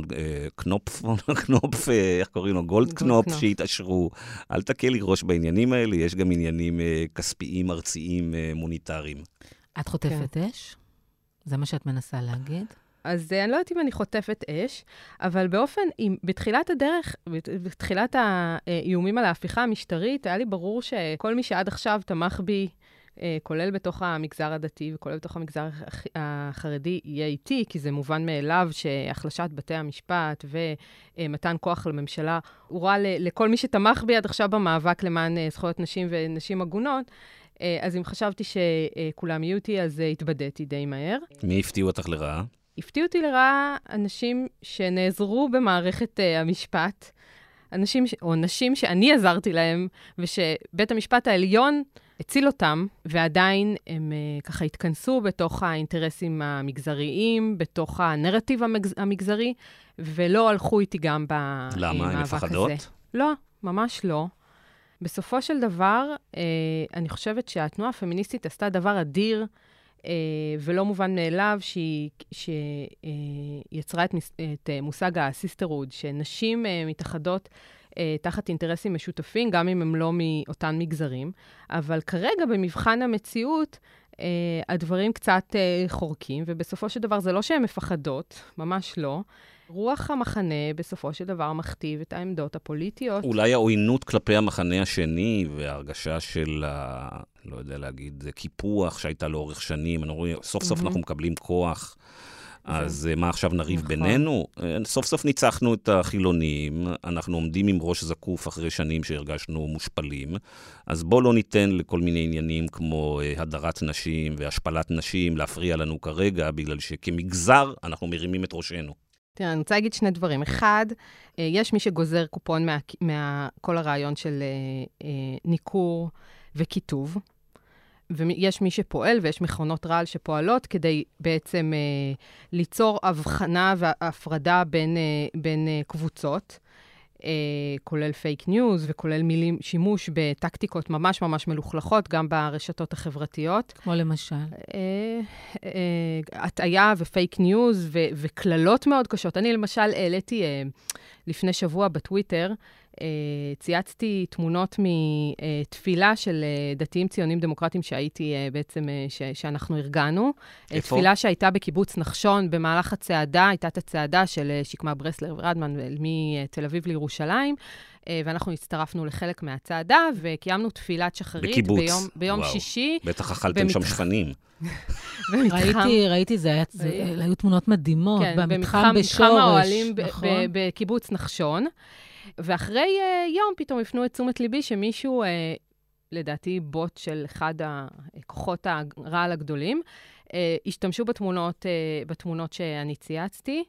קנופ, איך קוראים לו? גולד קנופ שהתעשרו. אל תקל לי ראש בעניינים האלה, יש גם עניינים כספיים, ארציים, מוניטריים. את חוטפת אש? זה מה שאת מנסה להגיד? אז אני לא יודעת אם אני חוטפת אש, אבל בתחילת הדרך, בתחילת האיומים על ההפיכה המשטרית, היה לי ברור שכל מי שעד עכשיו תמך בי, כולל בתוך המגזר הדתי וכולל בתוך המגזר החרדי, יהיה איתי, כי זה מובן מאליו שהחלשת בתי המשפט ומתן כוח לממשלה, הוא רע לכל מי שתמך בי עד עכשיו במאבק למען זכויות נשים ונשים הגונות. אז אם חשבתי שכולם יהיו איתי, אז התבדיתי די מהר. מי הפתיעו אותך לרעה? הפתיעו אותי לרעה אנשים שנעזרו במערכת המשפט, נשים שאני עזרתי להם, ושבית המשפט העליון הציל אותם, ועדיין הם ככה התכנסו בתוך האינטרסים המגזריים, בתוך הנרטיב המגזרי, ולא הלכו איתי גם במאבק הזה. למה? הן מפחדות? לא, ממש לא. בסופו של דבר, אני חושבת שהתנועה הפמיניסטית עשתה דבר אדיר, ולא מובן מאליו שהיא יצרה את מושג הסיסטרהוד, שנשים מתאחדות תחת אינטרסים משותפים, גם אם הם לא מאותן מגזרים. אבל כרגע, במבחן המציאות, הדברים קצת חורקים, ובסופו של דבר זה לא שהן מפחדות, ממש לא. רוח המחנה בסופו של דבר מכתיב את העמדות הפוליטיות. אולי העוינות כלפי המחנה השני, וההרגשה של, לא יודע להגיד, קיפוח שהייתה לאורך שנים, סוף סוף אנחנו מקבלים כוח, אז מה עכשיו נריב בינינו? סוף סוף ניצחנו את החילונים, אנחנו עומדים עם ראש זקוף אחרי שנים שהרגשנו מושפלים, אז בוא לא ניתן לכל מיני עניינים כמו הדרת נשים והשפלת נשים להפריע לנו כרגע, בגלל שכמגזר אנחנו מרימים את ראשנו. תראה, אני רוצה להגיד שני דברים. אחד, יש מי שגוזר קופון כל הרעיון של ניכור וכיתוב, ויש מי שפועל, ויש מכונות רעל שפועלות כדי בעצם ליצור הבחנה והפרדה בין קבוצות, כולל פייק ניוז וכולל שימוש בטקטיקות ממש ממש מלוכלכות, גם ברשתות החברתיות. כמו למשל? הטעיה ופייק ניוז וכללות מאוד קשות. אני למשל העליתי לפני שבוע בטוויטר, צייצתי תמונות מתפילה של דתיים ציונים דמוקרטיים שהייתי בעצם, שאנחנו ארגנו. איפה? תפילה שהייתה בקיבוץ נחשון במהלך הצעדה, הייתה את הצעדה של שקמה ברסלר ורדמן מתל אביב לירושלים, ואנחנו הצטרפנו לחלק מהצעדה, וקיימנו תפילת שחרית ביום שישי. בטח אכלתם שם שפנים. ראיתי, היו תמונות מדהימות, במתחם בשורש. במתחם האוהלים בקיבוץ נחשון. ואחרי יום פתאום הפנו את תשומת ליבי שמישהו, לדעתי בוט של אחד הכוחות הרעל הגדולים, השתמשו בתמונות שאני צייצתי,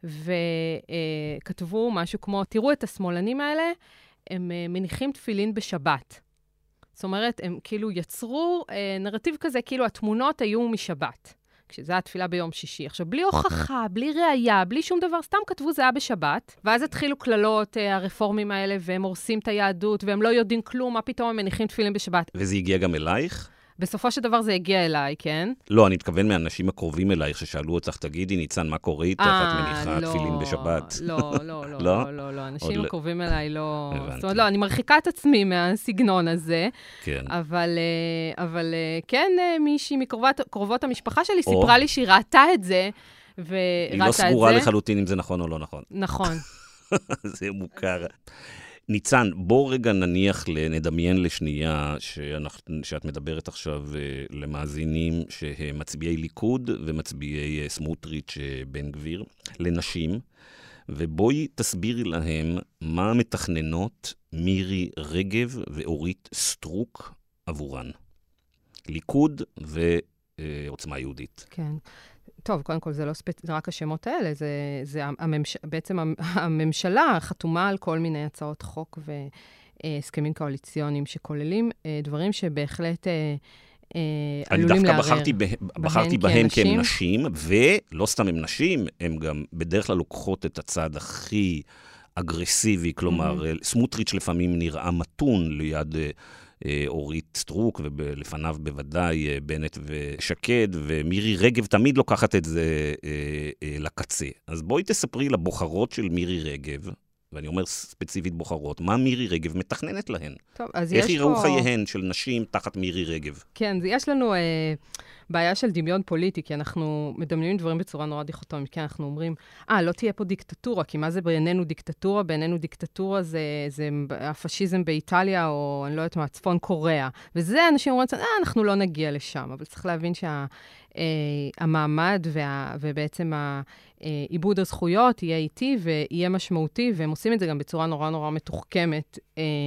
וכתבו משהו כמו, תראו את השמאלנים האלה, הם מניחים תפילין בשבת. זאת אומרת, הם כאילו יצרו נרטיב כזה, כאילו התמונות היו משבת. כשזה היה תפילה ביום שישי. עכשיו, בלי הוכחה, בלי ראייה, בלי שום דבר, סתם כתבו זה היה בשבת, ואז התחילו כללות הרפורמים האלה, והם הורסים את היהדות, והם לא יודעים כלום, מה פתאום הם מניחים תפילים בשבת. וזה הגיע גם אלייך? בסופו של דבר זה הגיע אליי, כן? לא, אני מתכוון מהאנשים הקרובים אלייך, ששאלו אותך, תגידי, ניצן, מה קורה איתך? את מניחה תפילין בשבת? לא, אנשים הקרובים אליי לא... זאת אומרת, לא, אני מרחיקה את עצמי מהסגנון הזה, אבל כן, מישהי מקרובות המשפחה שלי סיפרה לי שהיא ראתה את זה, היא לא סגורה לחלוטין אם זה נכון או לא נכון. נכון. זה מוכר. ניצן, בוא רגע נדמיין לשנייה שאת מדברת עכשיו למאזינים שהם מצביעי ליכוד ומצביעי סמוטריץ' בן גביר, לנשים, ובואי תסבירי להם מה מתכננות מירי רגב ואורית סטרוק עבורן. ליכוד ועוצמה יהודית. כן. טוב, קודם כל, זה לא זה רק השמות האלה, זה בעצם הממשלה חתומה על כל מיני הצעות חוק והסכמים קואליציוניים שכוללים דברים שבהחלט עלולים לערער. אני דווקא בחרתי בהם כהם נשים, ולא סתם הם נשים, הם גם בדרך כלל לוקחות את הצד הכי אגרסיבי, כלומר, סמוטריץ' לפעמים נראה מתון ליד אורית סטרוק, ולפניו בוודאי בנט ושקד, ומירי רגב תמיד לוקחת את זה לקצה. אז בואי תספרי לבוחרות של מירי רגב, ואני אומר ספציפית בוחרות, מה מירי רגב מתכננת להן? טוב, אז איך יראו חייהן של נשים תחת מירי רגב? כן, יש לנו בעיה של דמיון פוליטי, כי אנחנו מדמיינים דברים בצורה נורא דיכוטומית, כי אנחנו אומרים, לא תהיה פה דיקטטורה, כי מה זה בעינינו דיקטטורה? בעינינו דיקטטורה זה הפשיזם באיטליה, או אני לא יודעת מה, צפון קוריאה. וזה אנשים אומרים, אנחנו לא נגיע לשם, אבל צריך להבין שהמעמד ובעצם עיבוד הזכויות יהיה איטי ויהיה משמעותי, והם עושים את זה גם בצורה נורא נורא מתוחכמת,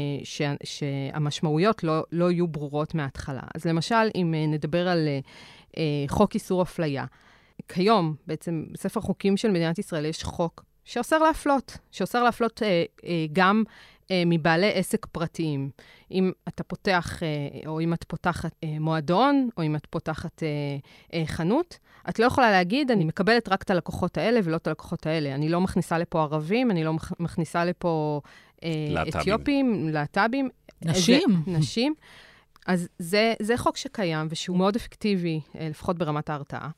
שהמשמעויות לא יהיו ברורות מההתחלה. אז למשל, אם נדבר על חוק איסור אפליה, כיום, בעצם בספר חוקים של מדינת ישראל יש חוק שאוסר להפלות גם מבעלי עסק פרטיים. אם אתה פותח, או אם את פותחת מועדון, או אם את פותחת חנות, את לא יכולה להגיד, אני מקבלת רק את הלקוחות האלה ולא את הלקוחות האלה. אני לא מכניסה לפה ערבים, אני לא מכניסה לפה אתיופים, להט"בים. נשים. אז זה חוק שקיים, ושהוא מאוד אפקטיבי, לפחות ברמת ההרתעה.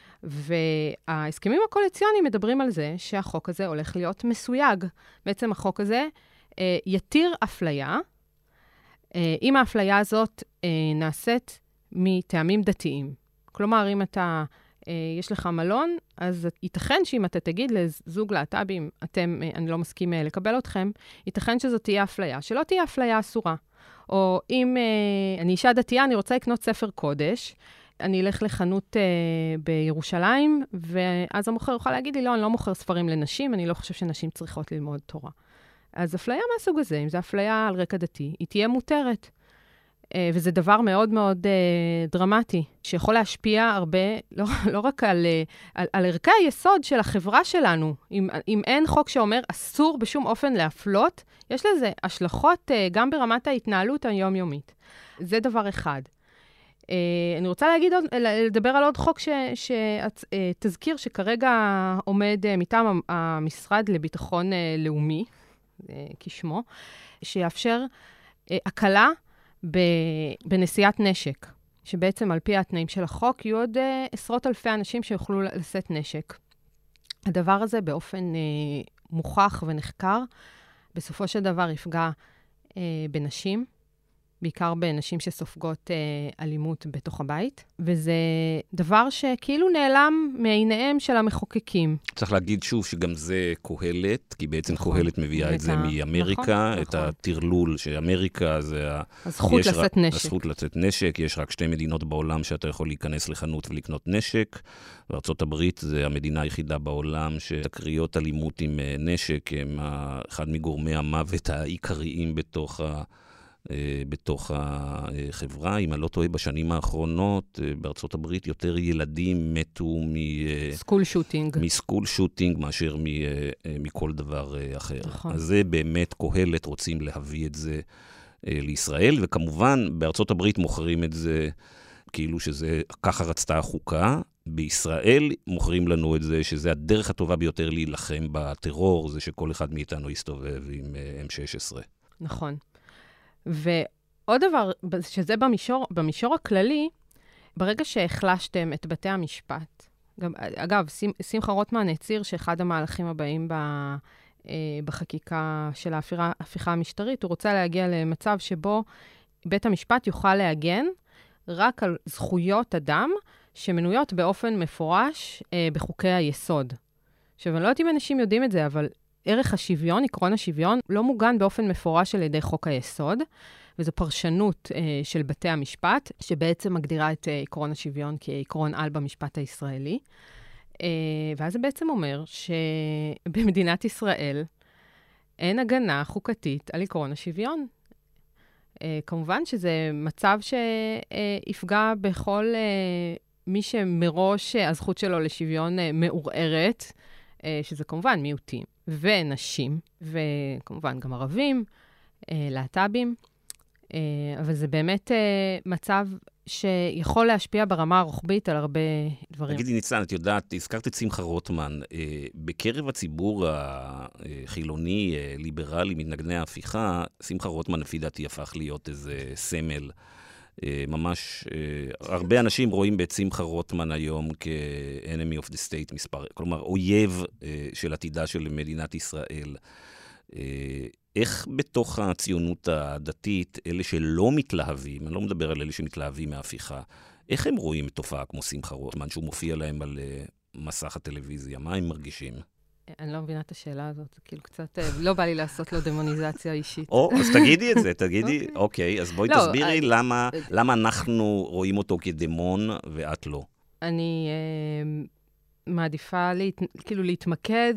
וההסכמים הקואליציוניים מדברים על זה שהחוק הזה הולך להיות מסויג. בעצם החוק הזה יתיר אפליה, אם האפליה הזאת נעשית מטעמים דתיים. כלומר, אם יש לך מלון, אז ייתכן שאם אתה תגיד לזוג להט"בים, אני לא מסכים לקבל אתכם, ייתכן שזאת תהיה אפליה, שלא תהיה אפליה אסורה. או אם אני אישה דתייה, אני רוצה לקנות ספר קודש, אני אלך לחנות בירושלים, ואז המוכר יוכל להגיד לי, לא, אני לא מוכר ספרים לנשים, אני לא חושב שנשים צריכות ללמוד תורה. אז אפליה מהסוג הזה, אם זו אפליה על רקע דתי, היא תהיה מותרת. וזה דבר מאוד מאוד דרמטי, שיכול להשפיע הרבה, לא רק על ערכי היסוד של החברה שלנו. אם אין חוק שאומר אסור בשום אופן להפלות, יש לזה השלכות גם ברמת ההתנהלות היומיומית. זה דבר אחד. אני רוצה לדבר על עוד חוק תזכיר שכרגע עומד מטעם המשרד לביטחון לאומי, כשמו, שיאפשר הקלה בנשיאת נשק, שבעצם על פי התנאים של החוק יהיו עוד עשרות אלפי אנשים שיוכלו לשאת נשק. הדבר הזה באופן מוכח ונחקר, בסופו של דבר יפגע בנשים, בעיקר בנשים שסופגות אלימות בתוך הבית, וזה דבר שכאילו נעלם מעיניהם של המחוקקים. צריך להגיד שוב שגם זה קהלת, כי בעצם קהלת מביאה את זה מאמריקה, את הטרלול שאמריקה זה הזכות לשאת נשק. הזכות לשאת נשק, יש רק 2 מדינות בעולם שאתה יכול להיכנס לחנות ולקנות נשק, וארצות הברית זה המדינה היחידה בעולם שתקריות אלימות עם נשק, הם אחד מגורמי המוות העיקריים בתוך החברה. אם אני לא טועה, בשנים האחרונות, בארצות הברית יותר ילדים מתו מסקול שוטינג מאשר מכל דבר אחר. נכון. אז זה באמת קהלת, רוצים להביא את זה לישראל, וכמובן בארצות הברית מוכרים את זה כאילו שזה ככה רצתה החוקה, בישראל מוכרים לנו את זה, שזה הדרך הטובה ביותר להילחם בטרור, זה שכל אחד מאיתנו יסתובב עם M16. נכון. ועוד דבר, שזה במישור הכללי, ברגע שהחלשתם את בתי המשפט, גם, אגב, שמחה רוטמן הצהיר שאחד המהלכים הבאים בחקיקה של ההפיכה המשטרית, הוא רוצה להגיע למצב שבו בית המשפט יוכל להגן רק על זכויות אדם שמנויות באופן מפורש בחוקי היסוד. עכשיו, אני לא יודעת אם אנשים יודעים את זה, אבל ערך השוויון, עקרון השוויון, לא מוגן באופן מפורש על ידי חוק היסוד, וזו פרשנות של בתי המשפט, שבעצם מגדירה את עקרון השוויון כעקרון על במשפט הישראלי. ואז זה בעצם אומר שבמדינת ישראל אין הגנה חוקתית על עקרון השוויון. כמובן שזה מצב שיפגע בכל מי שמראש הזכות שלו לשוויון מעורערת, שזה כמובן מיעוטים ונשים, וכמובן גם ערבים, להט"בים, אבל זה באמת מצב שיכול להשפיע ברמה הרוחבית על הרבה דברים. תגידי, ניצן, את יודעת, הזכרת את שמחה רוטמן, בקרב הציבור החילוני, ליברלי, מתנגדי ההפיכה, שמחה רוטמן, לפי דעתי, הפך להיות איזה סמל. ממש, הרבה אנשים רואים את שמחה רוטמן היום כ-enemy of the state מספר, כלומר, אויב של עתידה של מדינת ישראל. איך בתוך הציונות הדתית, אלה שלא מתלהבים, אני לא מדבר על אלה שמתלהבים מההפיכה, איך הם רואים תופעה כמו שמחה רוטמן, שהוא מופיע להם על מסך הטלוויזיה? מה הם מרגישים? אני לא מבינה את השאלה הזאת, כאילו קצת, לא בא לי לעשות לו דמוניזציה אישית. אז תגידי את זה, תגידי, אוקיי, אז בואי תסבירי למה אנחנו רואים אותו כדמון ואת לא. אני מעדיפה כאילו להתמקד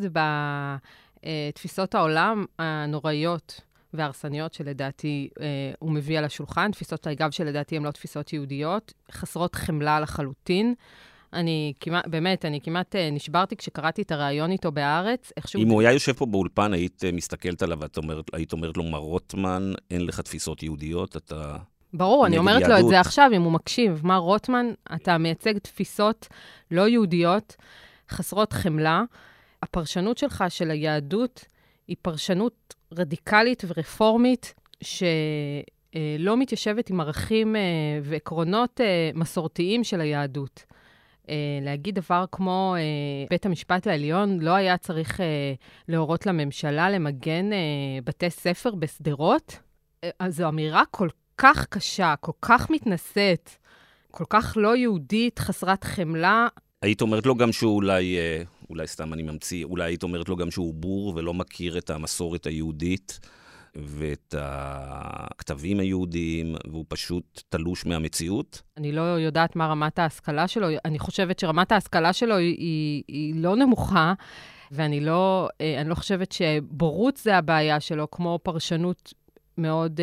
בתפיסות העולם הנוראיות והרסניות שלדעתי הוא מביא על השולחן, תפיסות האגב שלדעתי הן לא תפיסות יהודיות, חסרות חמלה לחלוטין. אני כמעט נשברתי כשקראתי את הרעיון איתו בארץ. אם הוא היה יושב פה באולפן, היית מסתכלת עליו, היית אומרת לו, מר רוטמן, אין לך תפיסות יהודיות, אתה... ברור, אני אומרת לו את זה עכשיו, אם הוא מקשיב. מר רוטמן, אתה מייצג תפיסות לא יהודיות, חסרות חמלה. הפרשנות שלך של היהדות היא פרשנות רדיקלית ורפורמית, שלא מתיישבת עם ערכים ועקרונות מסורתיים של היהדות. להגיד דבר כמו בית המשפט העליון לא היה צריך להורות לממשלה למגן בתי ספר בסדרות. אז זו אמירה כל כך קשה, כל כך מתנשאת, כל כך לא יהודית, חסרת חמלה. היית אומרת לו גם שהוא אולי סתם אני ממציא, אולי היית אומרת לו גם שהוא בור ולא מכיר את המסורת היהודית ואת הכתבים היהודיים, והוא פשוט תלוש מהמציאות? אני לא יודעת מה רמת ההשכלה שלו. אני חושבת שרמת ההשכלה שלו היא לא נמוכה, ואני לא חושבת שבורות זה הבעיה שלו, כמו פרשנות מאוד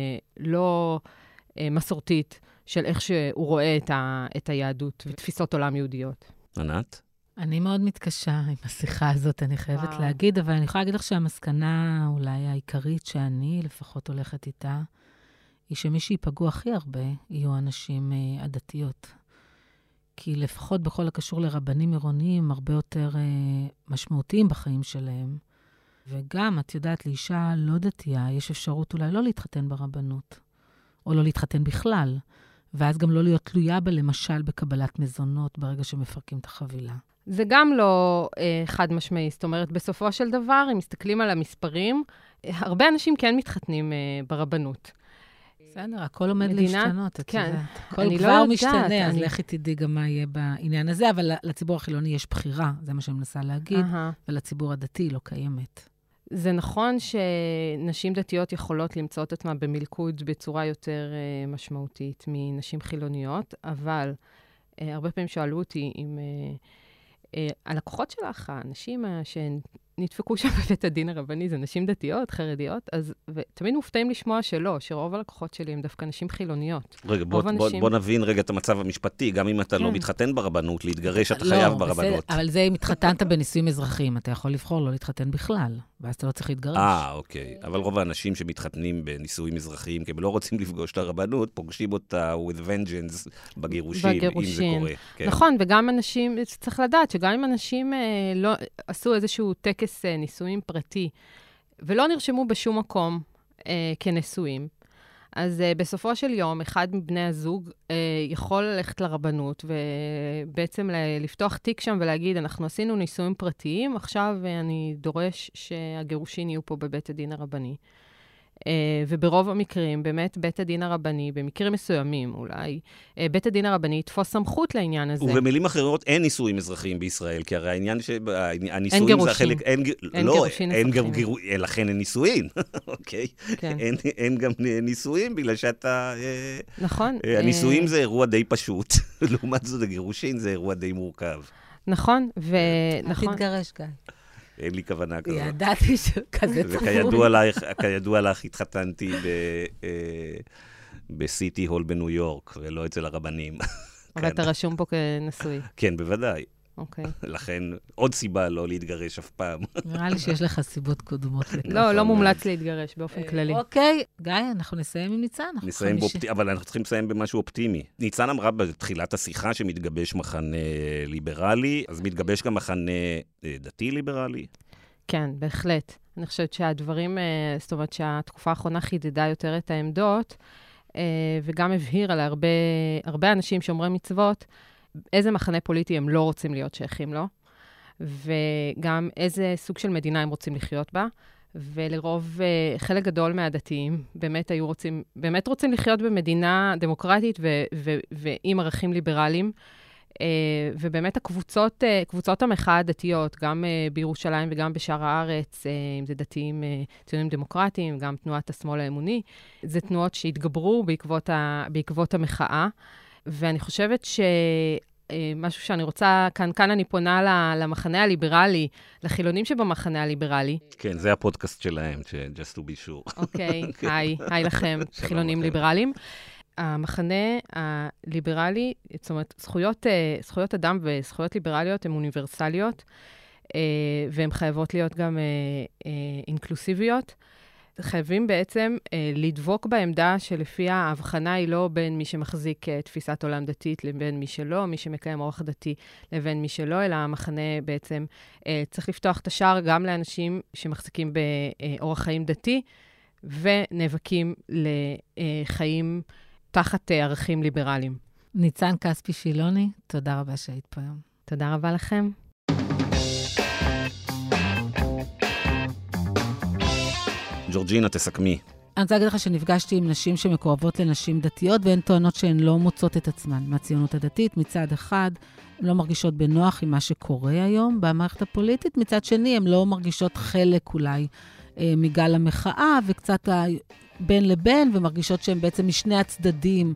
לא מסורתית של איך שהוא רואה את היהדות ותפיסות עולם יהודיות. ענת? אני מאוד מתקשה עם השיחה הזאת, אני חייבת להגיד, אבל אני יכולה להגיד לך שהמסקנה אולי העיקרית שאני לפחות הולכת איתה, היא שמי שיפגעו הכי הרבה יהיו אנשים הדתיות. כי לפחות בכל הקשור לרבנים עירוניים, הרבה יותר משמעותיים בחיים שלהם. וגם, את יודעת, לאישה לא דתייה, יש אפשרות אולי לא להתחתן ברבנות, או לא להתחתן בכלל, ואז גם לא להיות תלויה בה, למשל, בקבלת מזונות ברגע שמפרקים את החבילה. זה גם לא חד משמעי. זאת אומרת, בסופו של דבר, אם מסתכלים על המספרים, הרבה אנשים כן מתחתנים ברבנות. בסדר, הכל עומד להשתנות, את יודעת. הכל כבר משתנה, אז לכי תדעי גם מה יהיה בעניין הזה, אבל לציבור החילוני יש בחירה, זה מה שאני מנסה להגיד, ולציבור הדתי לא קיימת. זה נכון שנשים דתיות יכולות למצוא את עצמן במלכוד בצורה יותר משמעותית מנשים חילוניות, אבל הרבה פעמים שאלו אותי אם הלקוחות שלך, האנשים שנדפקו שם בבית הדין הרבני, זה נשים דתיות, חרדיות, ותמיד מופתעים לשמוע שלא, שרוב הלקוחות שלי הם דווקא נשים חילוניות. רגע, בוא נבין רגע את המצב המשפטי, גם אם אתה לא מתחתן ברבנות, להתגרש אתה חייב ברבנות. אבל זה אם התחתנת בנישואים אזרחיים, אתה יכול לבחור לא להתחתן בכלל. ואז אתה לא צריך להתגרש. אוקיי. אבל רוב האנשים שמתחתנים בנישואים אזרחיים, כי הם לא רוצים לפגוש את הרבנות, פוגשים אותה with vengeance בגירושים, אם זה קורה. כן. נכון, וגם אנשים, צריך לדעת שגם אם אנשים לא עשו איזשהו טקס נישואים פרטי, ולא נרשמו בשום מקום כנשואים, אז בסופו של יום, אחד מבני הזוג יכול ללכת לרבנות, ובעצם לפתוח תיק שם ולהגיד, אנחנו עשינו נישואים פרטיים, עכשיו אני דורש שהגירושין יהיו פה בבית הדין הרבני. וברוב המקרים, באמת, בית הדין הרבני, במקרים מסוימים אולי, בית הדין הרבני יתפוס סמכות לעניין הזה. ובמילים אחרות, אין נישואים אזרחיים בישראל, כי הרי העניין שהנישואים זה החלק... אין גירושין אזרחיים. לכן אין נישואים, אוקיי? כן. אין גם נישואים, בגלל שאתה... נכון. הנישואים זה אירוע די פשוט, לעומת זאת הגירושין זה אירוע די מורכב. נכון, אל תתגרש, גיא. אין לי כוונה כזאת. ידעתי שכזה צפוי. וכידוע לך, התחתנתי בסיטי הול בניו יורק, ולא אצל הרבנים. אבל אתה רשום פה כנשוי. כן, בוודאי. אוקיי. לכן, עוד סיבה לא להתגרש אף פעם. נראה לי שיש לך סיבות קודמות. לא מומלץ להתגרש באופן כללי. אוקיי, גיא, אנחנו נסיים עם ניצן. אבל אנחנו צריכים לסיים במשהו אופטימי. ניצן אמרה בתחילת השיחה שמתגבש מחנה ליברלי, אז מתגבש גם מחנה דתי ליברלי? כן, בהחלט. אני חושבת שהדברים, זאת אומרת שהתקופה האחרונה חידדה יותר את העמדות, וגם הבהירה להרבה אנשים שומרי מצוות, איזה מחנה פוליטי הם לא רוצים להיות שייכים לו, וגם איזה סוג של מדינה הם רוצים לחיות בה, ולרוב חלק גדול מהדתיים באמת רוצים לחיות במדינה דמוקרטית ועם ערכים ליברליים, ובאמת קבוצות המחאה הדתיות, גם בירושלים וגם בשאר הארץ, אם זה דתיים ציונים דמוקרטיים, גם תנועת השמאל האמוני, זה תנועות שהתגברו בעקבות המחאה, ואני חושבת משהו שאני רוצה, כאן אני פונה למחנה הליברלי, לחילונים שבמחנה הליברלי. כן, זה הפודקאסט שלהם, just to be sure. אוקיי, היי לכם, חילונים ליברליים. המחנה הליברלי, זאת אומרת, זכויות אדם וזכויות ליברליות הן אוניברסליות, והן חייבות להיות גם אינקלוסיביות. חייבים בעצם לדבוק בעמדה שלפי ההבחנה היא לא בין מי שמחזיק תפיסת עולם דתית לבין מי שלא, מי שמקיים אורח דתי לבין מי שלא, אלא המחנה בעצם צריך לפתוח את השער גם לאנשים שמחזיקים באורח חיים דתי, ונאבקים לחיים תחת ערכים ליברליים. ניצן כספי שילוני, תודה רבה שהיית פה היום. תודה רבה לכם. ג'ורג'ינה, תסכמי. אני רוצה להגיד לך שנפגשתי עם נשים שמקורבות לנשים דתיות, והן טוענות שהן לא מוצאות את עצמן מהציונות הדתית. מצד אחד, הן לא מרגישות בנוח עם מה שקורה היום במערכת הפוליטית. מצד שני, הן לא מרגישות חלק אולי מגל המחאה, וקצת בין לבין, ומרגישות שהן בעצם משני הצדדים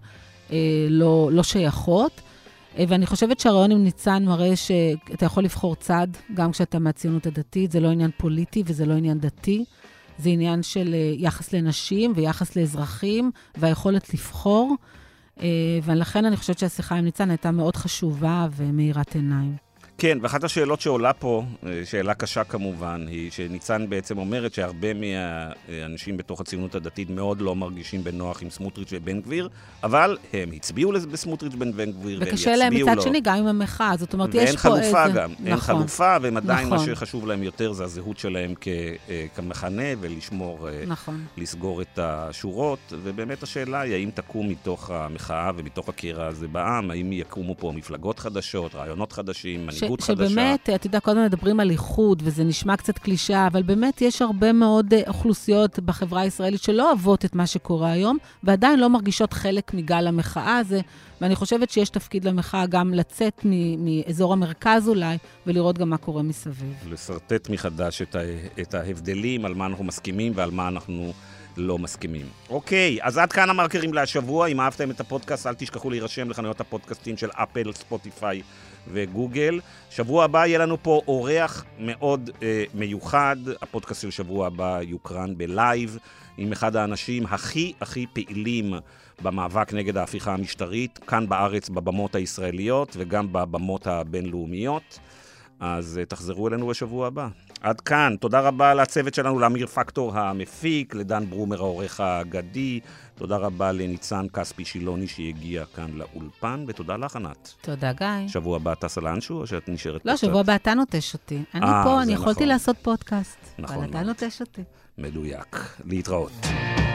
לא שייכות. ואני חושבת שהרעיון עם ניצן מראה שאתה יכול לבחור צד, גם כשאתה מהציונות הדתית. זה לא עניין פוליטי וזה לא עניין דתי. זה עניין של יחס לנשים ויחס לאזרחים, והיכולת לבחור. ולכן אני חושבת שהשיחה עם ניצן הייתה מאוד חשובה ומאירת עיניים. כן, ואחת השאלות שעולה פה, שאלה קשה כמובן, היא שניצן בעצם אומרת שהרבה מהאנשים בתוך הציונות הדתית מאוד לא מרגישים בנוח עם סמוטריץ' ובן גביר, אבל הם הצביעו בסמוטריץ' ובן גביר, והם וקשה להם מצד שני גם עם המחאה, זאת אומרת, יש פה איזה... ואין חלופה גם, אין חלופה, והם עדיין מה שחשוב להם יותר זה הזהות שלהם כמחנה, ולשמור, לסגור את השורות, ובאמת השאלה היא האם תקום מתוך המחאה ומתוך הקרע הזה בעם, האם יקומו פה מפלגות חדשות, רעיונות חדשים, שבאמת, אתה יודע, קודם מדברים על איחוד, וזה נשמע קצת קלישה, אבל באמת יש הרבה מאוד אוכלוסיות בחברה הישראלית שלא אוהבות את מה שקורה היום, ועדיין לא מרגישות חלק מגל המחאה הזה, ואני חושבת שיש תפקיד למחאה גם לצאת מאזור המרכז אולי, ולראות גם מה קורה מסביב. לסרטט מחדש את ההבדלים, על מה אנחנו מסכימים ועל מה אנחנו לא מסכימים. אוקיי, אז עד כאן המרקרים להשבוע. אם אהבתם את הפודקאסט, אל תשכחו להירשם לחנויות הפודקאסטים של אפל, ספוטיפיי וגוגל. שבוע הבא יהיה לנו פה אורח מאוד מיוחד. הפודקאסט של שבוע הבא יוקרן בלייב עם אחד האנשים הכי פעילים במאבק נגד ההפיכה המשטרית, כאן בארץ בבמות הישראליות וגם בבמות הבינלאומיות. אז תחזרו אלינו בשבוע הבא. עד כאן, תודה רבה לצוות שלנו, לאמיר פקטור המפיק, לדן ברומר העורך האגדי, תודה רבה לניצן כספי שילוני שהגיע כאן לאולפן, ותודה לך, ענת. תודה, גיא. שבוע הבא טסה לאנשהו, או שאת נשארת פה לא, שבוע הבא אתה נוטש אותי. אני פה, אני יכולתי לעשות פודקאסט, אבל אתה נוטש אותי. מדויק. להתראות.